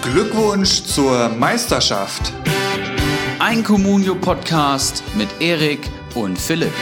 Glückwunsch zur Meisterschaft. Ein Communio-Podcast mit Erik und Philipp.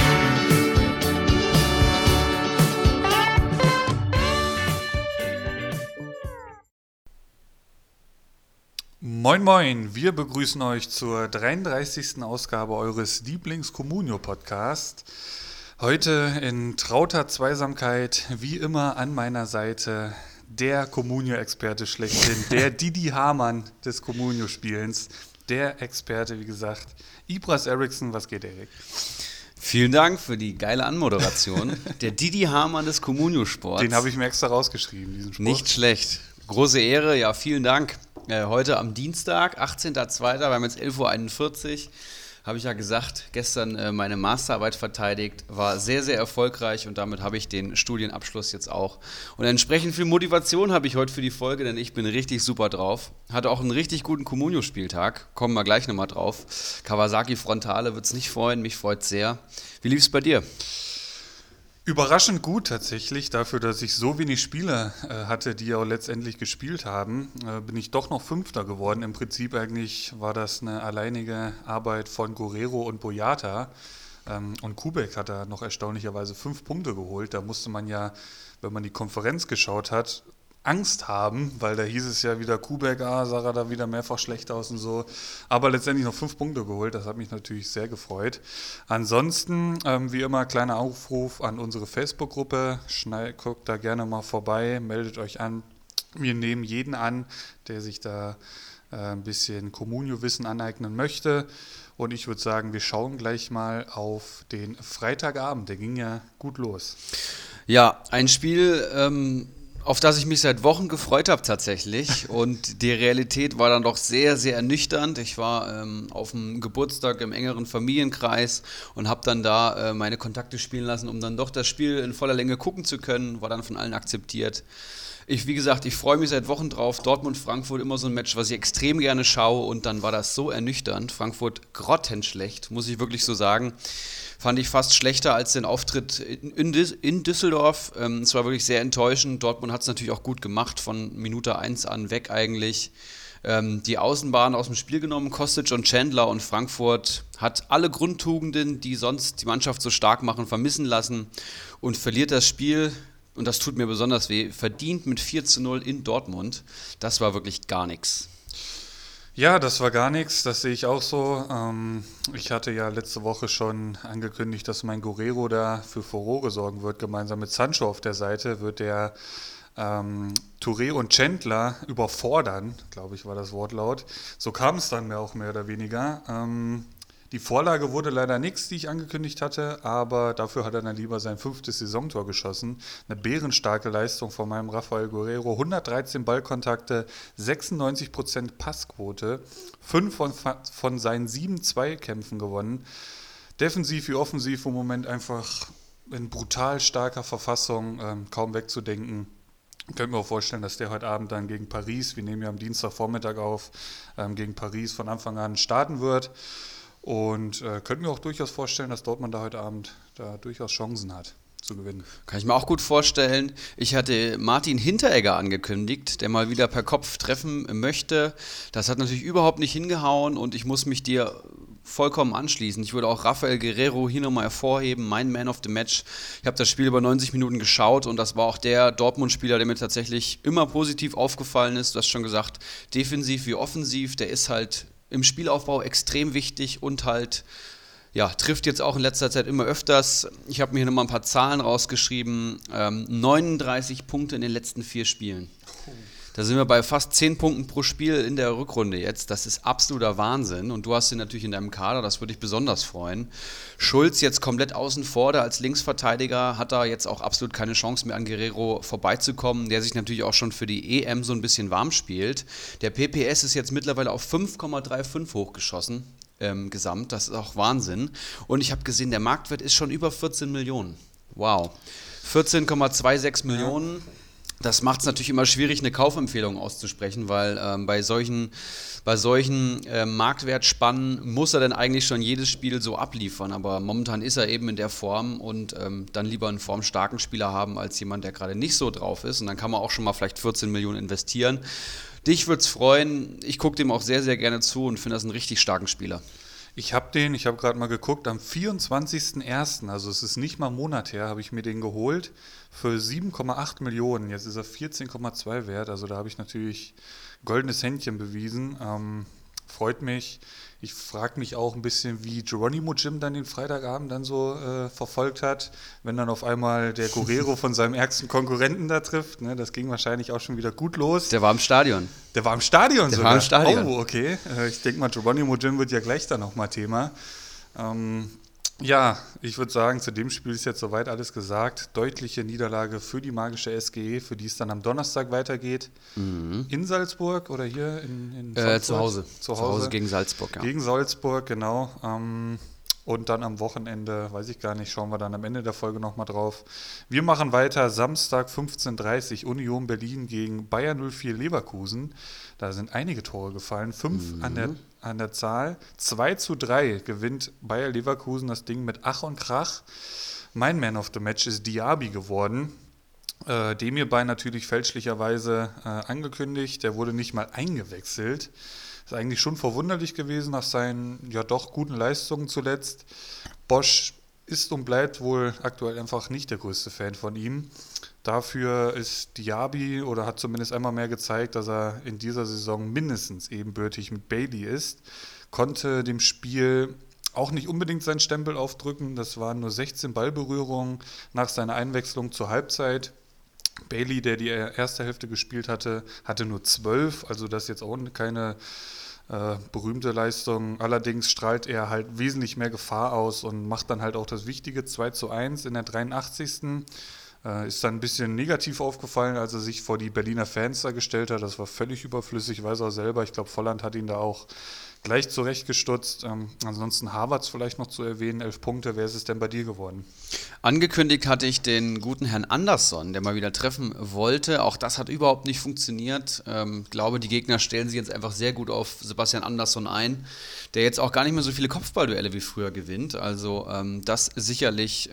Moin moin, wir begrüßen euch zur 33. Ausgabe eures Lieblings-Communio-Podcasts. Heute in trauter Zweisamkeit, wie immer an meiner Seite, der Communio-Experte schlechthin, der Didi Hamann des Communio-Spielens, der Experte, wie gesagt, Ibras Eriksson. Was geht, Erik? Vielen Dank für die geile Anmoderation. Der Didi Hamann des Communio-Sports. Den habe ich mir extra rausgeschrieben, diesen Spruch. Nicht schlecht. Große Ehre, ja, vielen Dank. Heute am Dienstag, 18.02., wir haben jetzt 11.41 Uhr, habe ich ja gesagt, gestern meine Masterarbeit verteidigt, war sehr, sehr erfolgreich und damit habe ich den Studienabschluss jetzt auch. Und entsprechend viel Motivation habe ich heute für die Folge, denn ich bin richtig super drauf. Hatte auch einen richtig guten Communio-Spieltag, kommen wir gleich nochmal drauf. Kawasaki Frontale wird es nicht freuen, mich freut es sehr. Wie lief es bei dir? Überraschend gut tatsächlich, dafür, dass ich so wenig Spieler hatte, die auch letztendlich gespielt haben, bin ich doch noch Fünfter geworden. Im Prinzip eigentlich war das eine alleinige Arbeit von Guerrero und Boyata. Und Kubek hat da noch erstaunlicherweise 5 Punkte geholt. Da musste man ja, wenn man die Konferenz geschaut hat, Angst haben, weil da hieß es ja wieder Kubek, sah er da wieder mehrfach schlecht aus und so. Aber letztendlich noch 5 Punkte geholt, das hat mich natürlich sehr gefreut. Ansonsten, wie immer, kleiner Aufruf an unsere Facebook-Gruppe. Guckt da gerne mal vorbei, meldet euch an. Wir nehmen jeden an, der sich da ein bisschen Communio-Wissen aneignen möchte. Und ich würde sagen, wir schauen gleich mal auf den Freitagabend. Der ging ja gut los. Ja, ein Spiel, auf das ich mich seit Wochen gefreut habe tatsächlich, und die Realität war dann doch sehr, sehr ernüchternd. Ich war auf dem Geburtstag im engeren Familienkreis und habe dann da meine Kontakte spielen lassen, um dann doch das Spiel in voller Länge gucken zu können, war dann von allen akzeptiert. Wie gesagt, ich freue mich seit Wochen drauf. Dortmund-Frankfurt, immer so ein Match, was ich extrem gerne schaue, und dann war das so ernüchternd. Frankfurt grottenschlecht, muss ich wirklich so sagen. Fand ich fast schlechter als den Auftritt in Düsseldorf. Es war wirklich sehr enttäuschend. Dortmund hat es natürlich auch gut gemacht, von Minute 1 an weg eigentlich. Die Außenbahn aus dem Spiel genommen, Kostic und Chandler, und Frankfurt hat alle Grundtugenden, die sonst die Mannschaft so stark machen, vermissen lassen und verliert das Spiel, und das tut mir besonders weh, verdient mit 4:0 in Dortmund. Das war wirklich gar nichts. Ja, das war gar nichts, das sehe ich auch so. Ich hatte ja letzte Woche schon angekündigt, dass mein Guerrero da für Furore sorgen wird. Gemeinsam mit Sancho auf der Seite wird der Touré und Chandler überfordern, glaube ich, war das Wortlaut. So kam es dann auch mehr oder weniger. Die Vorlage wurde leider nichts, die ich angekündigt hatte, aber dafür hat er dann lieber sein 5. Saisontor geschossen. Eine bärenstarke Leistung von meinem Rafael Guerrero. 113 Ballkontakte, 96% Passquote, 5 von seinen 7 Zweikämpfen gewonnen. Defensiv wie offensiv im Moment einfach in brutal starker Verfassung, kaum wegzudenken. Ich könnte mir auch vorstellen, dass der heute Abend dann gegen Paris, wir nehmen ja am Dienstagvormittag auf, gegen Paris von Anfang an starten wird. Und könnte mir auch durchaus vorstellen, dass Dortmund da heute Abend da durchaus Chancen hat zu gewinnen. Kann ich mir auch gut vorstellen. Ich hatte Martin Hinteregger angekündigt, der mal wieder per Kopf treffen möchte. Das hat natürlich überhaupt nicht hingehauen, und ich muss mich dir vollkommen anschließen. Ich würde auch Rafael Guerrero hier nochmal hervorheben, mein Man of the Match. Ich habe das Spiel über 90 Minuten geschaut, und das war auch der Dortmund-Spieler, der mir tatsächlich immer positiv aufgefallen ist. Du hast schon gesagt, defensiv wie offensiv, der ist halt im Spielaufbau extrem wichtig und halt, ja, trifft jetzt auch in letzter Zeit immer öfters. Ich habe mir hier nochmal ein paar Zahlen rausgeschrieben. 39 Punkte in den letzten 4 Spielen. Da sind wir bei fast 10 Punkten pro Spiel in der Rückrunde jetzt. Das ist absoluter Wahnsinn. Und du hast ihn natürlich in deinem Kader, das würde dich besonders freuen. Schulz jetzt komplett außen vor, der als Linksverteidiger hat da jetzt auch absolut keine Chance mehr an Guerrero vorbeizukommen, der sich natürlich auch schon für die EM so ein bisschen warm spielt. Der PPS ist jetzt mittlerweile auf 5,35 hochgeschossen, gesamt. Das ist auch Wahnsinn. Und ich habe gesehen, der Marktwert ist schon über 14 Millionen. Wow. 14,26 Millionen. Das macht es natürlich immer schwierig, eine Kaufempfehlung auszusprechen, weil bei solchen Marktwertspannen muss er dann eigentlich schon jedes Spiel so abliefern. Aber momentan ist er eben in der Form und dann lieber einen formstarken Spieler haben als jemand, der gerade nicht so drauf ist. Und dann kann man auch schon mal vielleicht 14 Millionen investieren. Dich würde es freuen. Ich gucke dem auch sehr, sehr gerne zu und finde das einen richtig starken Spieler. Ich habe gerade mal geguckt, am 24.01., also es ist nicht mal einen Monat her, habe ich mir den geholt für 7,8 Millionen. Jetzt ist er 14,2 wert, also da habe ich natürlich goldenes Händchen bewiesen. Freut mich. Ich frage mich auch ein bisschen, wie Geronimo Jim dann den Freitagabend dann so verfolgt hat, wenn dann auf einmal der Guerrero von seinem ärgsten Konkurrenten da trifft. Ne? Das ging wahrscheinlich auch schon wieder gut los. Der war im Stadion. Der war im Stadion sogar? Der war im Stadion. Oh, okay. Ich denke mal, Geronimo Jim wird ja gleich dann nochmal Thema. Ja, ich würde sagen, zu dem Spiel ist jetzt soweit alles gesagt. Deutliche Niederlage für die magische SGE, für die es dann am Donnerstag weitergeht. In Salzburg oder hier in Zu Hause. Zu Hause gegen Salzburg, ja. Gegen Salzburg, genau. Und dann am Wochenende, weiß ich gar nicht, schauen wir dann am Ende der Folge nochmal drauf. Wir machen weiter, Samstag 15:30 Uhr, Union Berlin gegen Bayer 04 Leverkusen. Da sind einige Tore gefallen, 5 an der Zahl. 2:3 gewinnt Bayer Leverkusen das Ding mit Ach und Krach. Mein Man of the Match ist Diaby geworden. Dem hierbei natürlich fälschlicherweise angekündigt. Der wurde nicht mal eingewechselt. Ist eigentlich schon verwunderlich gewesen nach seinen ja doch guten Leistungen zuletzt. Bosch ist und bleibt wohl aktuell einfach nicht der größte Fan von ihm. Dafür ist Diaby oder hat zumindest einmal mehr gezeigt, dass er in dieser Saison mindestens ebenbürtig mit Bailey ist. Konnte dem Spiel auch nicht unbedingt seinen Stempel aufdrücken. Das waren nur 16 Ballberührungen nach seiner Einwechslung zur Halbzeit. Bailey, der die erste Hälfte gespielt hatte, hatte nur 12, also das ist jetzt auch keine berühmte Leistung. Allerdings strahlt er halt wesentlich mehr Gefahr aus und macht dann halt auch das wichtige 2:1 in der 83. Ist dann ein bisschen negativ aufgefallen, als er sich vor die Berliner Fans da gestellt hat. Das war völlig überflüssig, weiß er selber. Ich glaube, Volland hat ihn da auch gleich zurechtgestutzt. Ansonsten Havertz vielleicht noch zu erwähnen, 11 Punkte. Wer ist es denn bei dir geworden? Angekündigt hatte ich den guten Herrn Andersson, der mal wieder treffen wollte. Auch das hat überhaupt nicht funktioniert. Ich glaube, die Gegner stellen sich jetzt einfach sehr gut auf Sebastian Andersson ein, der jetzt auch gar nicht mehr so viele Kopfballduelle wie früher gewinnt. Also das sicherlich,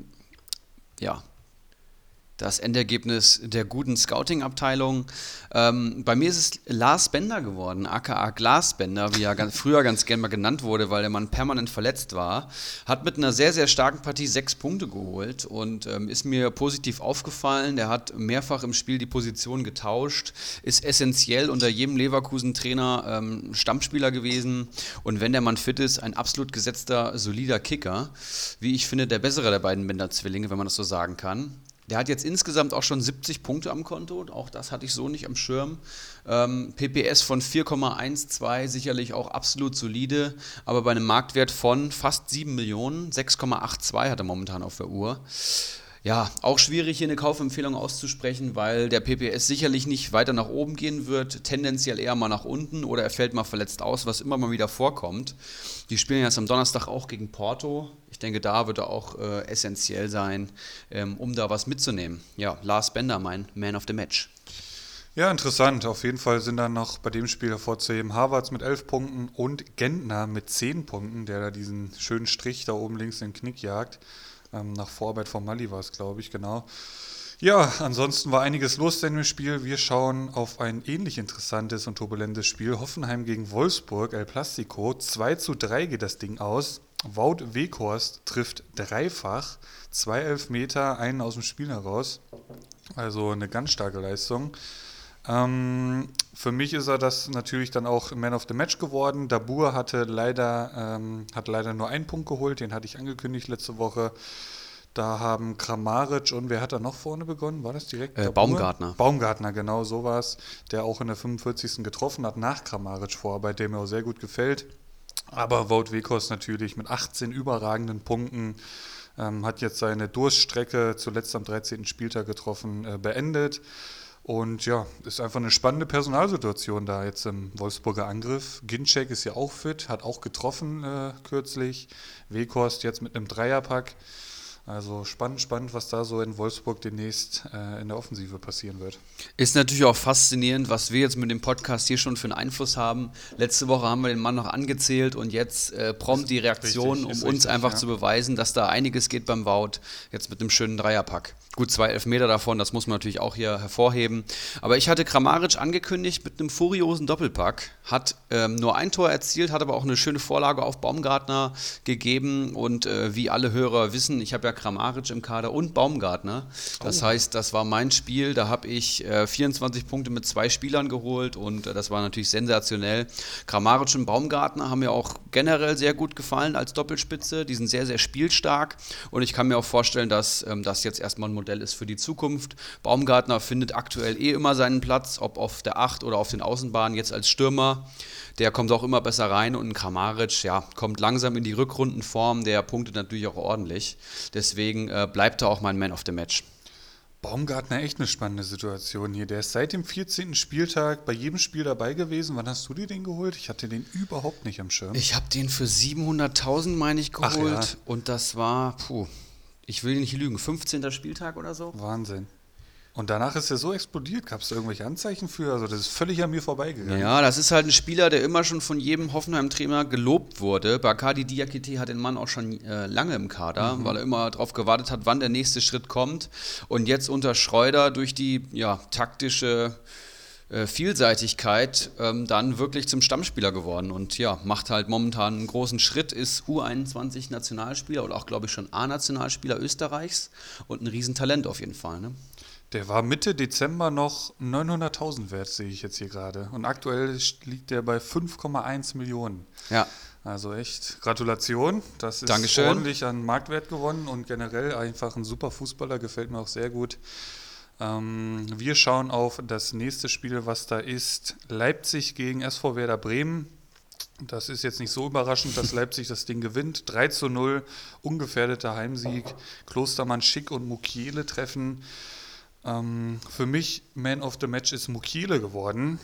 das Endergebnis der guten Scouting-Abteilung. Bei mir ist es Lars Bender geworden, aka Glasbender, wie er früher ganz gern mal genannt wurde, weil der Mann permanent verletzt war. Hat mit einer sehr, sehr starken Partie 6 Punkte geholt und ist mir positiv aufgefallen. Der hat mehrfach im Spiel die Position getauscht, ist essentiell unter jedem Leverkusen-Trainer Stammspieler gewesen und wenn der Mann fit ist, ein absolut gesetzter, solider Kicker. Wie ich finde, der bessere der beiden Bender-Zwillinge, wenn man das so sagen kann. Der hat jetzt insgesamt auch schon 70 Punkte am Konto, auch das hatte ich so nicht am Schirm. PPS von 4,12, sicherlich auch absolut solide, aber bei einem Marktwert von fast 7 Millionen, 6,82 hat er momentan auf der Uhr. Ja, auch schwierig hier eine Kaufempfehlung auszusprechen, weil der PPS sicherlich nicht weiter nach oben gehen wird, tendenziell eher mal nach unten oder er fällt mal verletzt aus, was immer mal wieder vorkommt. Die spielen jetzt am Donnerstag auch gegen Porto. Ich denke, da wird er auch essentiell sein, um da was mitzunehmen. Ja, Lars Bender, mein Man of the Match. Ja, interessant. Auf jeden Fall sind dann noch bei dem Spiel hervorzuheben Havertz mit 11 Punkten und Gentner mit 10 Punkten, der da diesen schönen Strich da oben links in den Knick jagt. Nach Vorarbeit von Mali war es, glaube ich, genau. Ja, ansonsten war einiges los in dem Spiel. Wir schauen auf ein ähnlich interessantes und turbulentes Spiel. Hoffenheim gegen Wolfsburg, El Plastico. 2:3 geht das Ding aus. Wout Weghorst trifft dreifach. 2 Elfmeter, einen aus dem Spiel heraus. Also eine ganz starke Leistung. Für mich ist er das natürlich dann auch Man of the Match geworden. Dabur hat leider nur einen Punkt geholt, den hatte ich angekündigt letzte Woche. Da haben Kramaric und wer hat da noch vorne begonnen? War das direkt? Baumgartner. Baumgartner, genau, so war es. Der auch in der 45. getroffen hat, nach Kramaric Vorarbeit, der mir auch sehr gut gefällt. Aber Wout Weghorst natürlich mit 18 überragenden Punkten hat jetzt seine Durststrecke zuletzt am 13. Spieltag getroffen, beendet. Und ja, ist einfach eine spannende Personalsituation da jetzt im Wolfsburger Angriff. Ginczek ist ja auch fit, hat auch getroffen kürzlich. Weghorst jetzt mit einem Dreierpack. Also spannend, was da so in Wolfsburg demnächst in der Offensive passieren wird. Ist natürlich auch faszinierend, was wir jetzt mit dem Podcast hier schon für einen Einfluss haben. Letzte Woche haben wir den Mann noch angezählt und jetzt prompt die Reaktion, um uns einfach zu beweisen, dass da einiges geht beim Wout. Jetzt mit einem schönen Dreierpack. Gut, 2 Elfmeter davon, das muss man natürlich auch hier hervorheben. Aber ich hatte Kramaric angekündigt mit einem furiosen Doppelpack. Hat nur ein Tor erzielt, hat aber auch eine schöne Vorlage auf Baumgartner gegeben. Und wie alle Hörer wissen, ich habe ja Kramaric im Kader und Baumgartner. Das heißt, das war mein Spiel. Da habe ich 24 Punkte mit 2 Spielern geholt und das war natürlich sensationell. Kramaric und Baumgartner haben mir auch generell sehr gut gefallen als Doppelspitze. Die sind sehr, sehr spielstark und ich kann mir auch vorstellen, dass das jetzt erstmal ein Modell ist für die Zukunft. Baumgartner findet aktuell immer seinen Platz, ob auf der 8 oder auf den Außenbahnen, jetzt als Stürmer. Der kommt auch immer besser rein und ein Kramaric, ja, kommt langsam in die Rückrundenform, der punktet natürlich auch ordentlich. Deswegen bleibt er auch mein Man of the Match. Baumgartner, echt eine spannende Situation hier. Der ist seit dem 14. Spieltag bei jedem Spiel dabei gewesen. Wann hast du dir den geholt? Ich hatte den überhaupt nicht am Schirm. Ich habe den für 700.000, meine ich, geholt. Ja. Und das war, ich will nicht lügen, 15. Spieltag oder so? Wahnsinn. Und danach ist er so explodiert. Gab es da irgendwelche Anzeichen für? Also das ist völlig an mir vorbeigegangen. Ja, das ist halt ein Spieler, der immer schon von jedem Hoffenheim-Trainer gelobt wurde. Bacardi Diakité hat den Mann auch schon lange im Kader, weil er immer darauf gewartet hat, wann der nächste Schritt kommt. Und jetzt unter Schreuder durch die taktische Vielseitigkeit dann wirklich zum Stammspieler geworden und ja, macht halt momentan einen großen Schritt, ist U21-Nationalspieler oder auch, glaube ich, schon A-Nationalspieler Österreichs und ein Riesentalent auf jeden Fall, ne? Der war Mitte Dezember noch 900.000 wert, sehe ich jetzt hier gerade. Und aktuell liegt der bei 5,1 Millionen. Ja. Also echt Gratulation. Das ist Dankeschön. Ordentlich an Marktwert gewonnen und generell einfach ein super Fußballer, gefällt mir auch sehr gut. Wir schauen auf das nächste Spiel, was da ist. Leipzig gegen SV Werder Bremen. Das ist jetzt nicht so überraschend, dass Leipzig das Ding gewinnt. 3:0, ungefährdeter Heimsieg. Klostermann, Schick und Mukiele treffen. Für mich Man of the Match ist Mukiele geworden,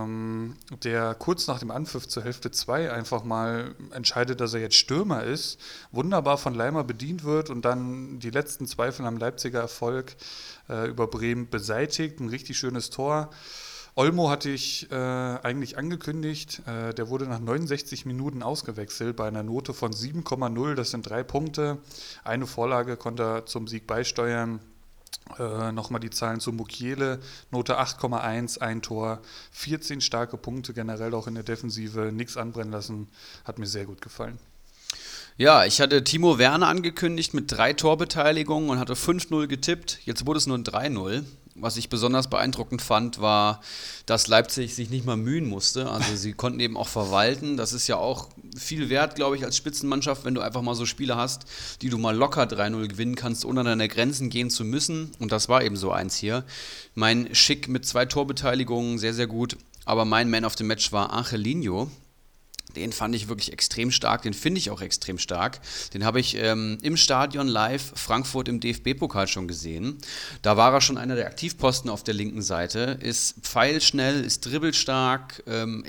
der kurz nach dem Anpfiff zur Hälfte 2 einfach mal entscheidet, dass er jetzt Stürmer ist, wunderbar von Leimer bedient wird und dann die letzten Zweifel am Leipziger Erfolg über Bremen beseitigt. Ein richtig schönes Tor. Olmo hatte ich eigentlich angekündigt, der wurde nach 69 Minuten ausgewechselt bei einer Note von 7,0, das sind 3 Punkte. Eine Vorlage konnte er zum Sieg beisteuern. Nochmal die Zahlen zu Mukiele, Note 8,1, ein Tor, 14 starke Punkte, generell auch in der Defensive, nichts anbrennen lassen, hat mir sehr gut gefallen. Ja, ich hatte Timo Werner angekündigt mit 3 Torbeteiligungen und hatte 5:0 getippt, jetzt wurde es nur ein 3:0. Was ich besonders beeindruckend fand, war, dass Leipzig sich nicht mal mühen musste. Also sie konnten eben auch verwalten. Das ist ja auch viel wert, glaube ich, als Spitzenmannschaft, wenn du einfach mal so Spiele hast, die du mal locker 3:0 gewinnen kannst, ohne an deine Grenzen gehen zu müssen. Und das war eben so eins hier. Mein Schick mit 2 Torbeteiligungen, sehr, sehr gut. Aber mein Man of the Match war Angelino. Den fand ich wirklich extrem stark, den finde ich auch extrem stark. Den habe ich im Stadion live Frankfurt im DFB-Pokal schon gesehen. Da war er schon einer der Aktivposten auf der linken Seite, ist pfeilschnell, ist dribbelstark,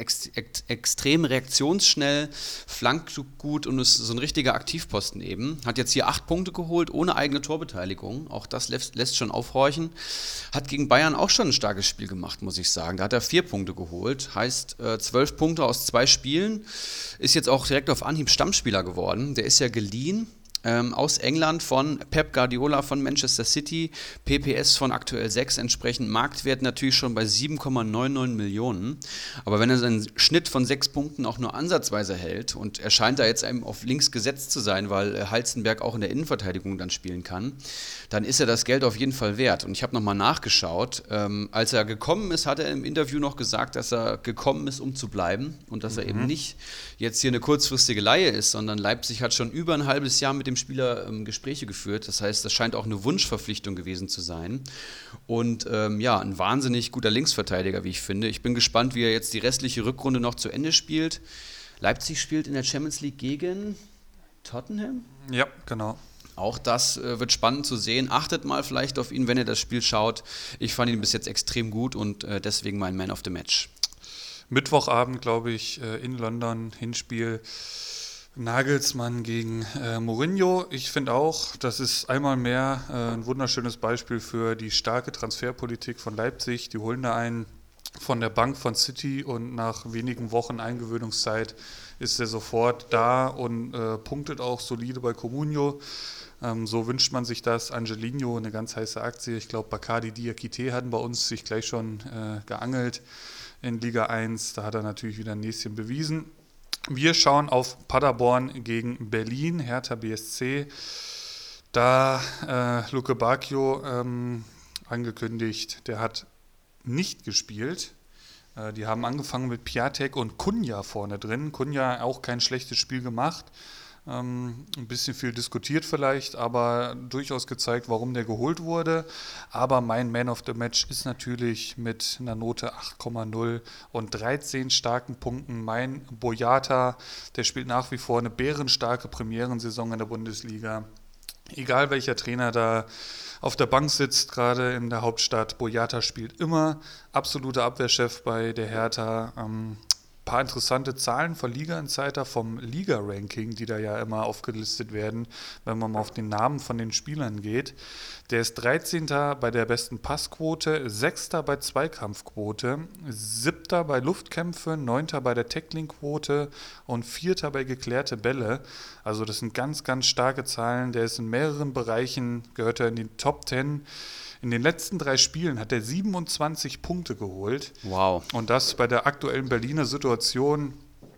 extrem reaktionsschnell, flankt gut und ist so ein richtiger Aktivposten eben. Hat jetzt hier 8 Punkte geholt, ohne eigene Torbeteiligung. Auch das lässt schon aufhorchen. Hat gegen Bayern auch schon ein starkes Spiel gemacht, muss ich sagen. Da hat er 4 Punkte geholt, heißt 12 Punkte aus 2 Spielen. Ist jetzt auch direkt auf Anhieb Stammspieler geworden. Der ist ja geliehen aus England von Pep Guardiola von Manchester City, PPS von aktuell 6, entsprechend Marktwert natürlich schon bei 7,99 Millionen. Aber wenn er seinen Schnitt von 6 Punkten auch nur ansatzweise hält und er scheint da jetzt einem auf links gesetzt zu sein, weil Halstenberg auch in der Innenverteidigung dann spielen kann, dann ist er das Geld auf jeden Fall wert. Und ich habe nochmal nachgeschaut, als er gekommen ist, hat er im Interview noch gesagt, dass er gekommen ist, um zu bleiben und dass er eben nicht jetzt hier eine kurzfristige Leihe ist, sondern Leipzig hat schon über ein halbes Jahr mit dem Spieler Gespräche geführt. Das heißt, das scheint auch eine Wunschverpflichtung gewesen zu sein. Und ein wahnsinnig guter Linksverteidiger, wie ich finde. Ich bin gespannt, wie er jetzt die restliche Rückrunde noch zu Ende spielt. Leipzig spielt in der Champions League gegen Tottenham? Ja, genau. Auch das wird spannend zu sehen. Achtet mal vielleicht auf ihn, wenn ihr das Spiel schaut. Ich fand ihn bis jetzt extrem gut und deswegen mein Man of the Match. Mittwochabend, glaube ich, in London, Hinspiel. Nagelsmann gegen Mourinho. Ich finde auch, das ist einmal mehr ein wunderschönes Beispiel für die starke Transferpolitik von Leipzig. Die holen da einen von der Bank von City und nach wenigen Wochen Eingewöhnungszeit ist er sofort da und punktet auch solide bei Comunio. So wünscht man sich das. Angelino, eine ganz heiße Aktie. Ich glaube, Bacardi Diakite hatten bei uns sich gleich schon geangelt in Liga 1. Da hat er natürlich wieder ein Näschen bewiesen. Wir schauen auf Paderborn gegen Berlin, Hertha BSC. Da Luke Bacchio angekündigt, der hat nicht gespielt. Die haben angefangen mit Piatek und Cunha vorne drin. Cunha auch kein schlechtes Spiel gemacht. Ein bisschen viel diskutiert vielleicht, aber durchaus gezeigt, warum der geholt wurde. Aber mein Man of the Match ist natürlich mit einer Note 8,0 und 13 starken Punkten mein Boyata. Der spielt nach wie vor eine bärenstarke Premierensaison in der Bundesliga. Egal welcher Trainer da auf der Bank sitzt, gerade in der Hauptstadt, Boyata spielt immer. Absoluter Abwehrchef bei der Hertha. Paar interessante Zahlen von Liga Insider vom Liga-Ranking, die da ja immer aufgelistet werden, wenn man mal auf den Namen von den Spielern geht. Der ist 13. bei der besten Passquote, 6. bei Zweikampfquote, 7. bei Luftkämpfe, 9. bei der Tackling-Quote und 4. bei geklärte Bälle. Also das sind ganz, ganz starke Zahlen. Der ist in mehreren Bereichen, gehört er in den Top 10. In den letzten 3 Spielen hat er 27 Punkte geholt. Wow. Und das bei der aktuellen Berliner Situation.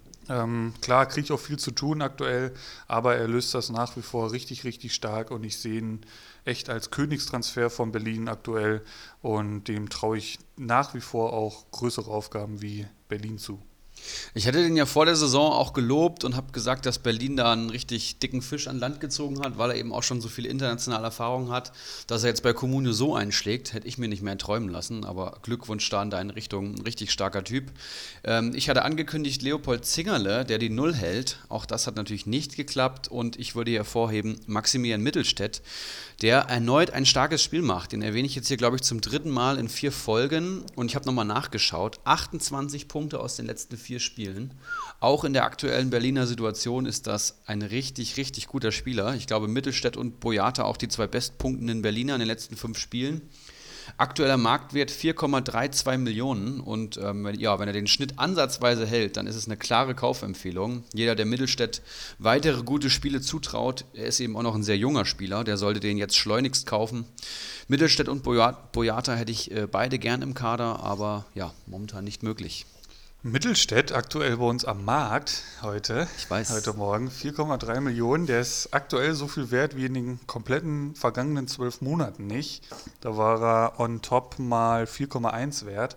Klar, kriege ich auch viel zu tun aktuell, aber er löst das nach wie vor richtig, richtig stark und ich sehe ihn echt als Königstransfer von Berlin aktuell und dem traue ich nach wie vor auch größere Aufgaben wie Berlin zu. Ich hatte den ja vor der Saison auch gelobt und habe gesagt, dass Berlin da einen richtig dicken Fisch an Land gezogen hat, weil er eben auch schon so viel internationale Erfahrung hat, dass er jetzt bei Comunio so einschlägt, hätte ich mir nicht mehr träumen lassen, aber Glückwunsch da in deine Richtung, ein richtig starker Typ. Ich hatte angekündigt Leopold Zingerle, der die Null hält, auch das hat natürlich nicht geklappt und ich würde hervorheben Maximilian Mittelstädt, der erneut ein starkes Spiel macht, den erwähne ich jetzt hier glaube ich zum 3. Mal in 4 Folgen und ich habe nochmal nachgeschaut, 28 Punkte aus den letzten 4 Spielen. Auch in der aktuellen Berliner Situation ist das ein richtig, richtig guter Spieler. Ich glaube, Mittelstädt und Boyata auch die 2 bestpunktenden Berliner in den letzten 5 Spielen. Aktueller Marktwert 4,32 Millionen und wenn er den Schnitt ansatzweise hält, dann ist es eine klare Kaufempfehlung. Jeder, der Mittelstädt weitere gute Spiele zutraut, er ist eben auch noch ein sehr junger Spieler, der sollte den jetzt schleunigst kaufen. Mittelstädt und Boyata hätte ich beide gern im Kader, aber ja, momentan nicht möglich. Mittelstädt, aktuell bei uns am Markt heute Morgen, 4,3 Millionen. Der ist aktuell so viel wert wie in den kompletten vergangenen 12 Monaten nicht. Da war er on top mal 4,1 wert.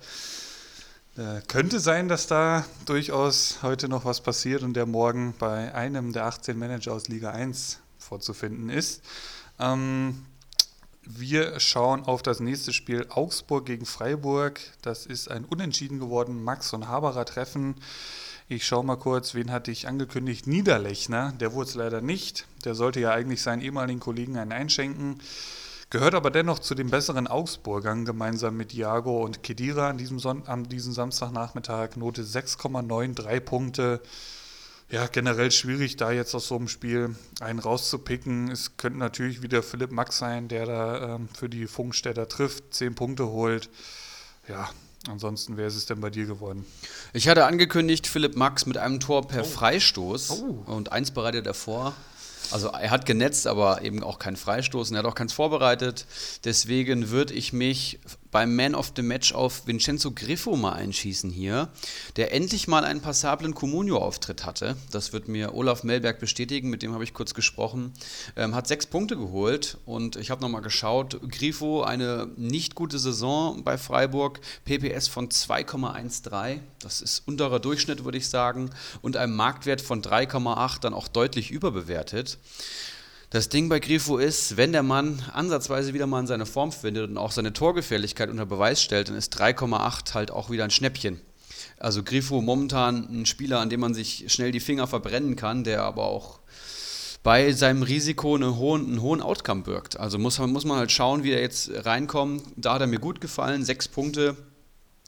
Könnte sein, dass da durchaus heute noch was passiert und der morgen bei einem der 18 Manager aus Liga 1 vorzufinden ist. Wir schauen auf das nächste Spiel Augsburg gegen Freiburg. Das ist ein Unentschieden geworden. Max und Haberer treffen. Ich schaue mal kurz, wen hatte ich angekündigt? Niederlechner. Der wurde es leider nicht. Der sollte ja eigentlich seinen ehemaligen Kollegen einen einschenken. Gehört aber dennoch zu den besseren Augsburgern, gemeinsam mit Iago und Khedira an diesem Samstagnachmittag. Note 6,9, 3 Punkte. Ja, generell schwierig, da jetzt aus so einem Spiel einen rauszupicken. Es könnte natürlich wieder Philipp Max sein, der da für die Funkstädter trifft, 10 Punkte holt. Ja, ansonsten, wer ist es denn bei dir geworden? Ich hatte angekündigt, Philipp Max mit einem Tor per Freistoß und 1 bereitet er vor. Also er hat genetzt, aber eben auch kein Freistoß und er hat auch keins vorbereitet. Deswegen würde ich mich beim Man of the Match auf Vincenzo Griffo mal einschießen hier, der endlich mal einen passablen Comunio-Auftritt hatte. Das wird mir Olaf Mellberg bestätigen, mit dem habe ich kurz gesprochen. Hat 6 Punkte geholt und ich habe nochmal geschaut. Griffo, eine nicht gute Saison bei Freiburg, PPS von 2,13, das ist unterer Durchschnitt, würde ich sagen, und einem Marktwert von 3,8 dann auch deutlich überbewertet. Das Ding bei Grifo ist, wenn der Mann ansatzweise wieder mal in seine Form findet und auch seine Torgefährlichkeit unter Beweis stellt, dann ist 3,8 halt auch wieder ein Schnäppchen. Also Grifo momentan ein Spieler, an dem man sich schnell die Finger verbrennen kann, der aber auch bei seinem Risiko einen hohen Outcome birgt. Also muss man halt schauen, wie er jetzt reinkommt. Da hat er mir gut gefallen, 6 Punkte.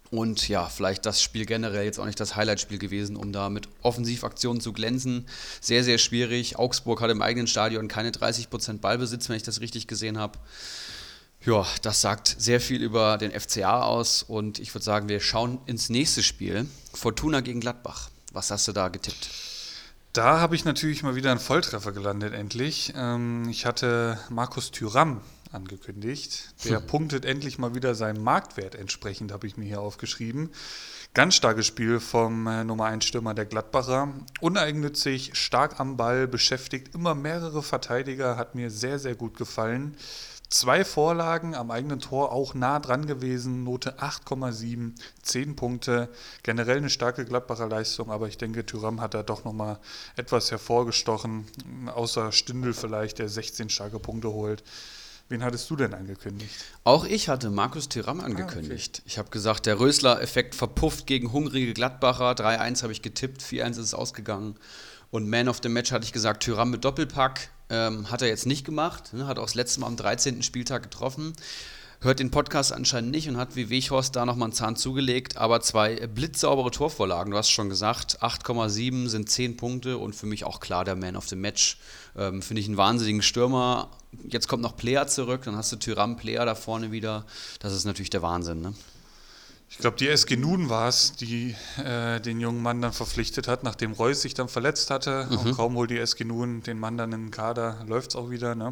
Und ja, vielleicht das Spiel generell jetzt auch nicht das Highlight-Spiel gewesen, um da mit Offensivaktionen zu glänzen. Sehr, sehr schwierig. Augsburg hat im eigenen Stadion keine 30% Ballbesitz, wenn ich das richtig gesehen habe. Ja, das sagt sehr viel über den FCA aus und ich würde sagen, wir schauen ins nächste Spiel. Fortuna gegen Gladbach. Was hast du da getippt? Da habe ich natürlich mal wieder einen Volltreffer gelandet, endlich. Ich hatte Markus Thuram angekündigt. Der punktet endlich mal wieder seinem Marktwert entsprechend, habe ich mir hier aufgeschrieben. Ganz starkes Spiel vom Nummer 1 Stürmer der Gladbacher. Uneigennützig, stark am Ball, beschäftigt immer mehrere Verteidiger, hat mir sehr, sehr gut gefallen. 2 Vorlagen am eigenen Tor, auch nah dran gewesen, Note 8,7, 10 Punkte. Generell eine starke Gladbacher Leistung, aber ich denke, Thuram hat da doch nochmal etwas hervorgestochen, außer Stindl vielleicht, der 16 starke Punkte holt. Wen hattest du denn angekündigt? Auch ich hatte Markus Thuram angekündigt. Okay. Ich habe gesagt, der Rösler-Effekt verpufft gegen hungrige Gladbacher. 3-1 habe ich getippt, 4-1 ist es ausgegangen. Und Man of the Match hatte ich gesagt, Thuram mit Doppelpack. Hat er jetzt nicht gemacht, ne? Hat auch das letzte Mal am 13. Spieltag getroffen. Hört den Podcast anscheinend nicht und hat wie Weghorst da nochmal einen Zahn zugelegt, aber 2 blitzsaubere Torvorlagen, du hast schon gesagt, 8,7 sind 10 Punkte und für mich auch klar der Man of the Match. Finde ich einen wahnsinnigen Stürmer. Jetzt kommt noch Player zurück, dann hast du Thuram, Player da vorne wieder. Das ist natürlich der Wahnsinn, ne? Ich glaube, die SG Nuden war es, die den jungen Mann dann verpflichtet hat, nachdem Reus sich dann verletzt hatte. Und kaum holt die SG Nuden den Mann dann in den Kader, läuft es auch wieder. Ne?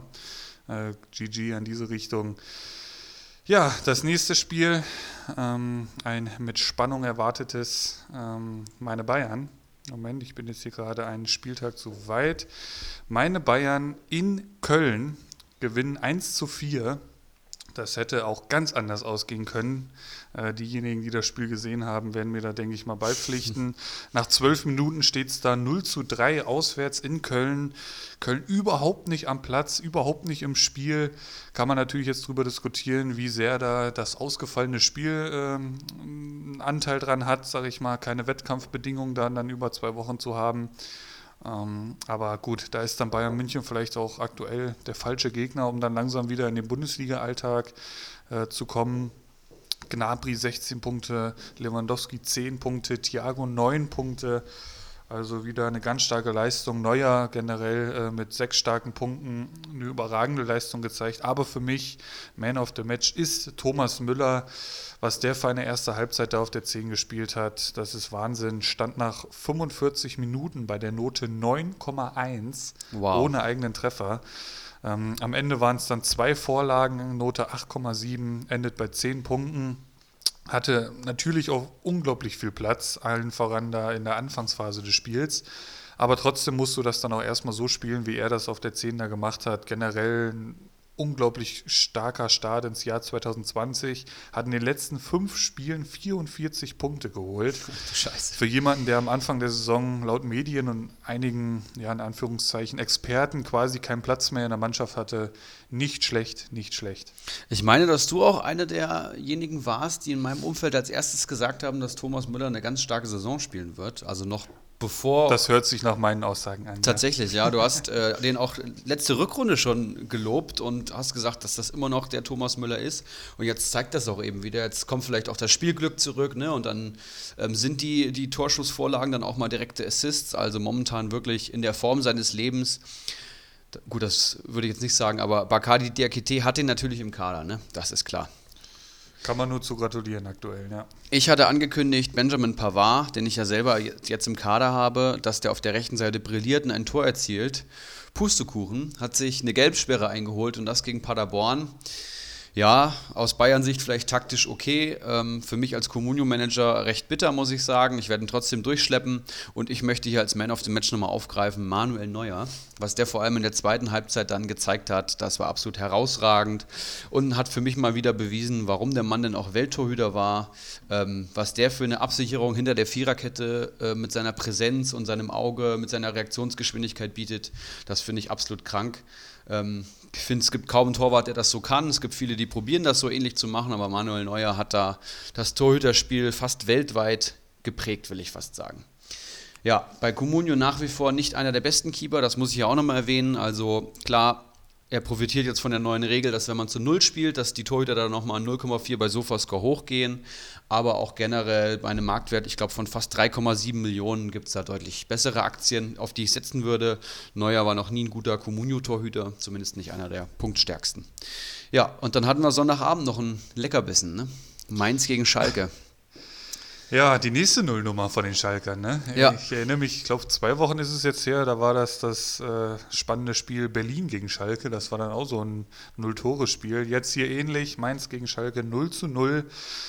GG an diese Richtung. Ja, das nächste Spiel, ein mit Spannung erwartetes, meine Bayern. Moment, ich bin jetzt hier gerade einen Spieltag zu weit. Meine Bayern in Köln gewinnen 1:4. Das hätte auch ganz anders ausgehen können. Diejenigen, die das Spiel gesehen haben, werden mir da, denke ich mal, beipflichten. Nach 12 Minuten steht es da 0:3 auswärts in Köln. Köln überhaupt nicht am Platz, überhaupt nicht im Spiel. Kann man natürlich jetzt drüber diskutieren, wie sehr da das ausgefallene Spiel einen Anteil dran hat, sage ich mal, keine Wettkampfbedingungen dann über 2 Wochen zu haben. Aber gut, da ist dann Bayern München vielleicht auch aktuell der falsche Gegner, um dann langsam wieder in den Bundesliga-Alltag zu kommen. Gnabry 16 Punkte, Lewandowski 10 Punkte, Thiago 9 Punkte. Also wieder eine ganz starke Leistung. Neuer generell mit 6 starken Punkten eine überragende Leistung gezeigt. Aber für mich Man of the Match ist Thomas Müller. Was der für eine erste Halbzeit da auf der 10 gespielt hat, das ist Wahnsinn. Stand nach 45 Minuten bei der Note 9,1 ohne eigenen Treffer. Am Ende waren es dann 2 Vorlagen, Note 8,7, endet bei 10 Punkten. Hatte natürlich auch unglaublich viel Platz, allen voran da in der Anfangsphase des Spiels. Aber trotzdem musst du das dann auch erstmal so spielen, wie er das auf der 10 da gemacht hat. Generell ein unglaublich starker Start ins Jahr 2020. Hat in den letzten 5 Spielen 44 Punkte geholt. Scheiße. Für jemanden, der am Anfang der Saison laut Medien und einigen, ja in Anführungszeichen, Experten quasi keinen Platz mehr in der Mannschaft hatte, nicht schlecht, nicht schlecht. Ich meine, dass du auch einer derjenigen warst, die in meinem Umfeld als erstes gesagt haben, dass Thomas Müller eine ganz starke Saison spielen wird. Also noch bevor... Das hört sich nach meinen Aussagen an. Tatsächlich, ja. Du hast den auch letzte Rückrunde schon gelobt und hast gesagt, dass das immer noch der Thomas Müller ist. Und jetzt zeigt das auch eben wieder. Jetzt kommt vielleicht auch das Spielglück zurück, ne? Und dann sind die Torschussvorlagen dann auch mal direkte Assists. Also momentan wirklich in der Form seines Lebens. Gut, das würde ich jetzt nicht sagen, aber Bakary Diakité hat den natürlich im Kader, ne? Das ist klar. Kann man nur zu gratulieren aktuell, ja. Ich hatte angekündigt, Benjamin Pavard, den ich ja selber jetzt im Kader habe, dass der auf der rechten Seite brilliert und ein Tor erzielt. Pustekuchen, hat sich eine Gelbsperre eingeholt und das gegen Paderborn. Ja, aus Bayern-Sicht vielleicht taktisch okay. Für mich als Comunio-Manager recht bitter, muss ich sagen. Ich werde ihn trotzdem durchschleppen und ich möchte hier als Man of the Match nochmal aufgreifen, Manuel Neuer. Was der vor allem in der zweiten Halbzeit dann gezeigt hat, das war absolut herausragend und hat für mich mal wieder bewiesen, warum der Mann denn auch Welttorhüter war, was der für eine Absicherung hinter der Viererkette mit seiner Präsenz und seinem Auge, mit seiner Reaktionsgeschwindigkeit bietet. Das finde ich absolut krank. Ich finde, es gibt kaum einen Torwart, der das so kann. Es gibt viele, die probieren, das so ähnlich zu machen, aber Manuel Neuer hat da das Torhüterspiel fast weltweit geprägt, will ich fast sagen. Ja, bei Comunio nach wie vor nicht einer der besten Keeper, das muss ich ja auch nochmal erwähnen. Also klar, Er profitiert jetzt von der neuen Regel, dass wenn man zu 0 spielt, dass die Torhüter dann nochmal 0,4 bei Sofascore hochgehen. Aber auch generell bei einem Marktwert, ich glaube von fast 3,7 Millionen gibt es da deutlich bessere Aktien, auf die ich setzen würde. Neuer war noch nie ein guter Comunio-Torhüter, zumindest nicht einer der punktstärksten. Ja, und dann hatten wir Sonntagabend noch ein Leckerbissen, ne? Mainz gegen Schalke. Ja, die nächste Nullnummer von den Schalkern, ne? Ja. Ich erinnere mich, ich glaube 2 Wochen ist es jetzt her, da war das spannende Spiel Berlin gegen Schalke, das war dann auch so ein 0-Tore-Spiel. Jetzt hier ähnlich, Mainz gegen Schalke 0:0.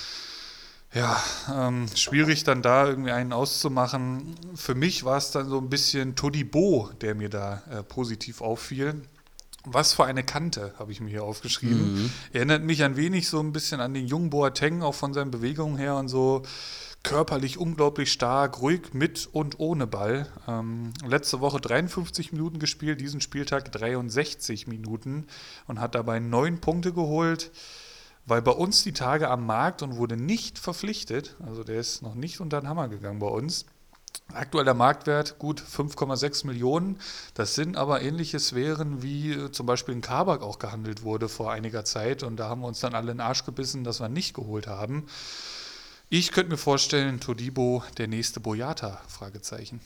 Ja, schwierig dann da irgendwie einen auszumachen. Für mich war es dann so ein bisschen Todibo, der mir da positiv auffiel. Was für eine Kante, habe ich mir hier aufgeschrieben. Erinnert mich ein wenig so ein bisschen an den jungen Boateng, auch von seinen Bewegungen her und so. Körperlich unglaublich stark, ruhig mit und ohne Ball. Letzte Woche 53 Minuten gespielt, diesen Spieltag 63 Minuten und hat dabei 9 Punkte geholt. Weil bei uns die Tage am Markt und wurde nicht verpflichtet, also der ist noch nicht unter den Hammer gegangen bei uns. Aktueller Marktwert gut 5,6 Millionen. Das sind aber ähnliche Sphären, wie zum Beispiel in Kabak auch gehandelt wurde vor einiger Zeit. Und da haben wir uns dann alle in den Arsch gebissen, dass wir ihn nicht geholt haben. Ich könnte mir vorstellen, Todibo, der nächste Boyata, Fragezeichen.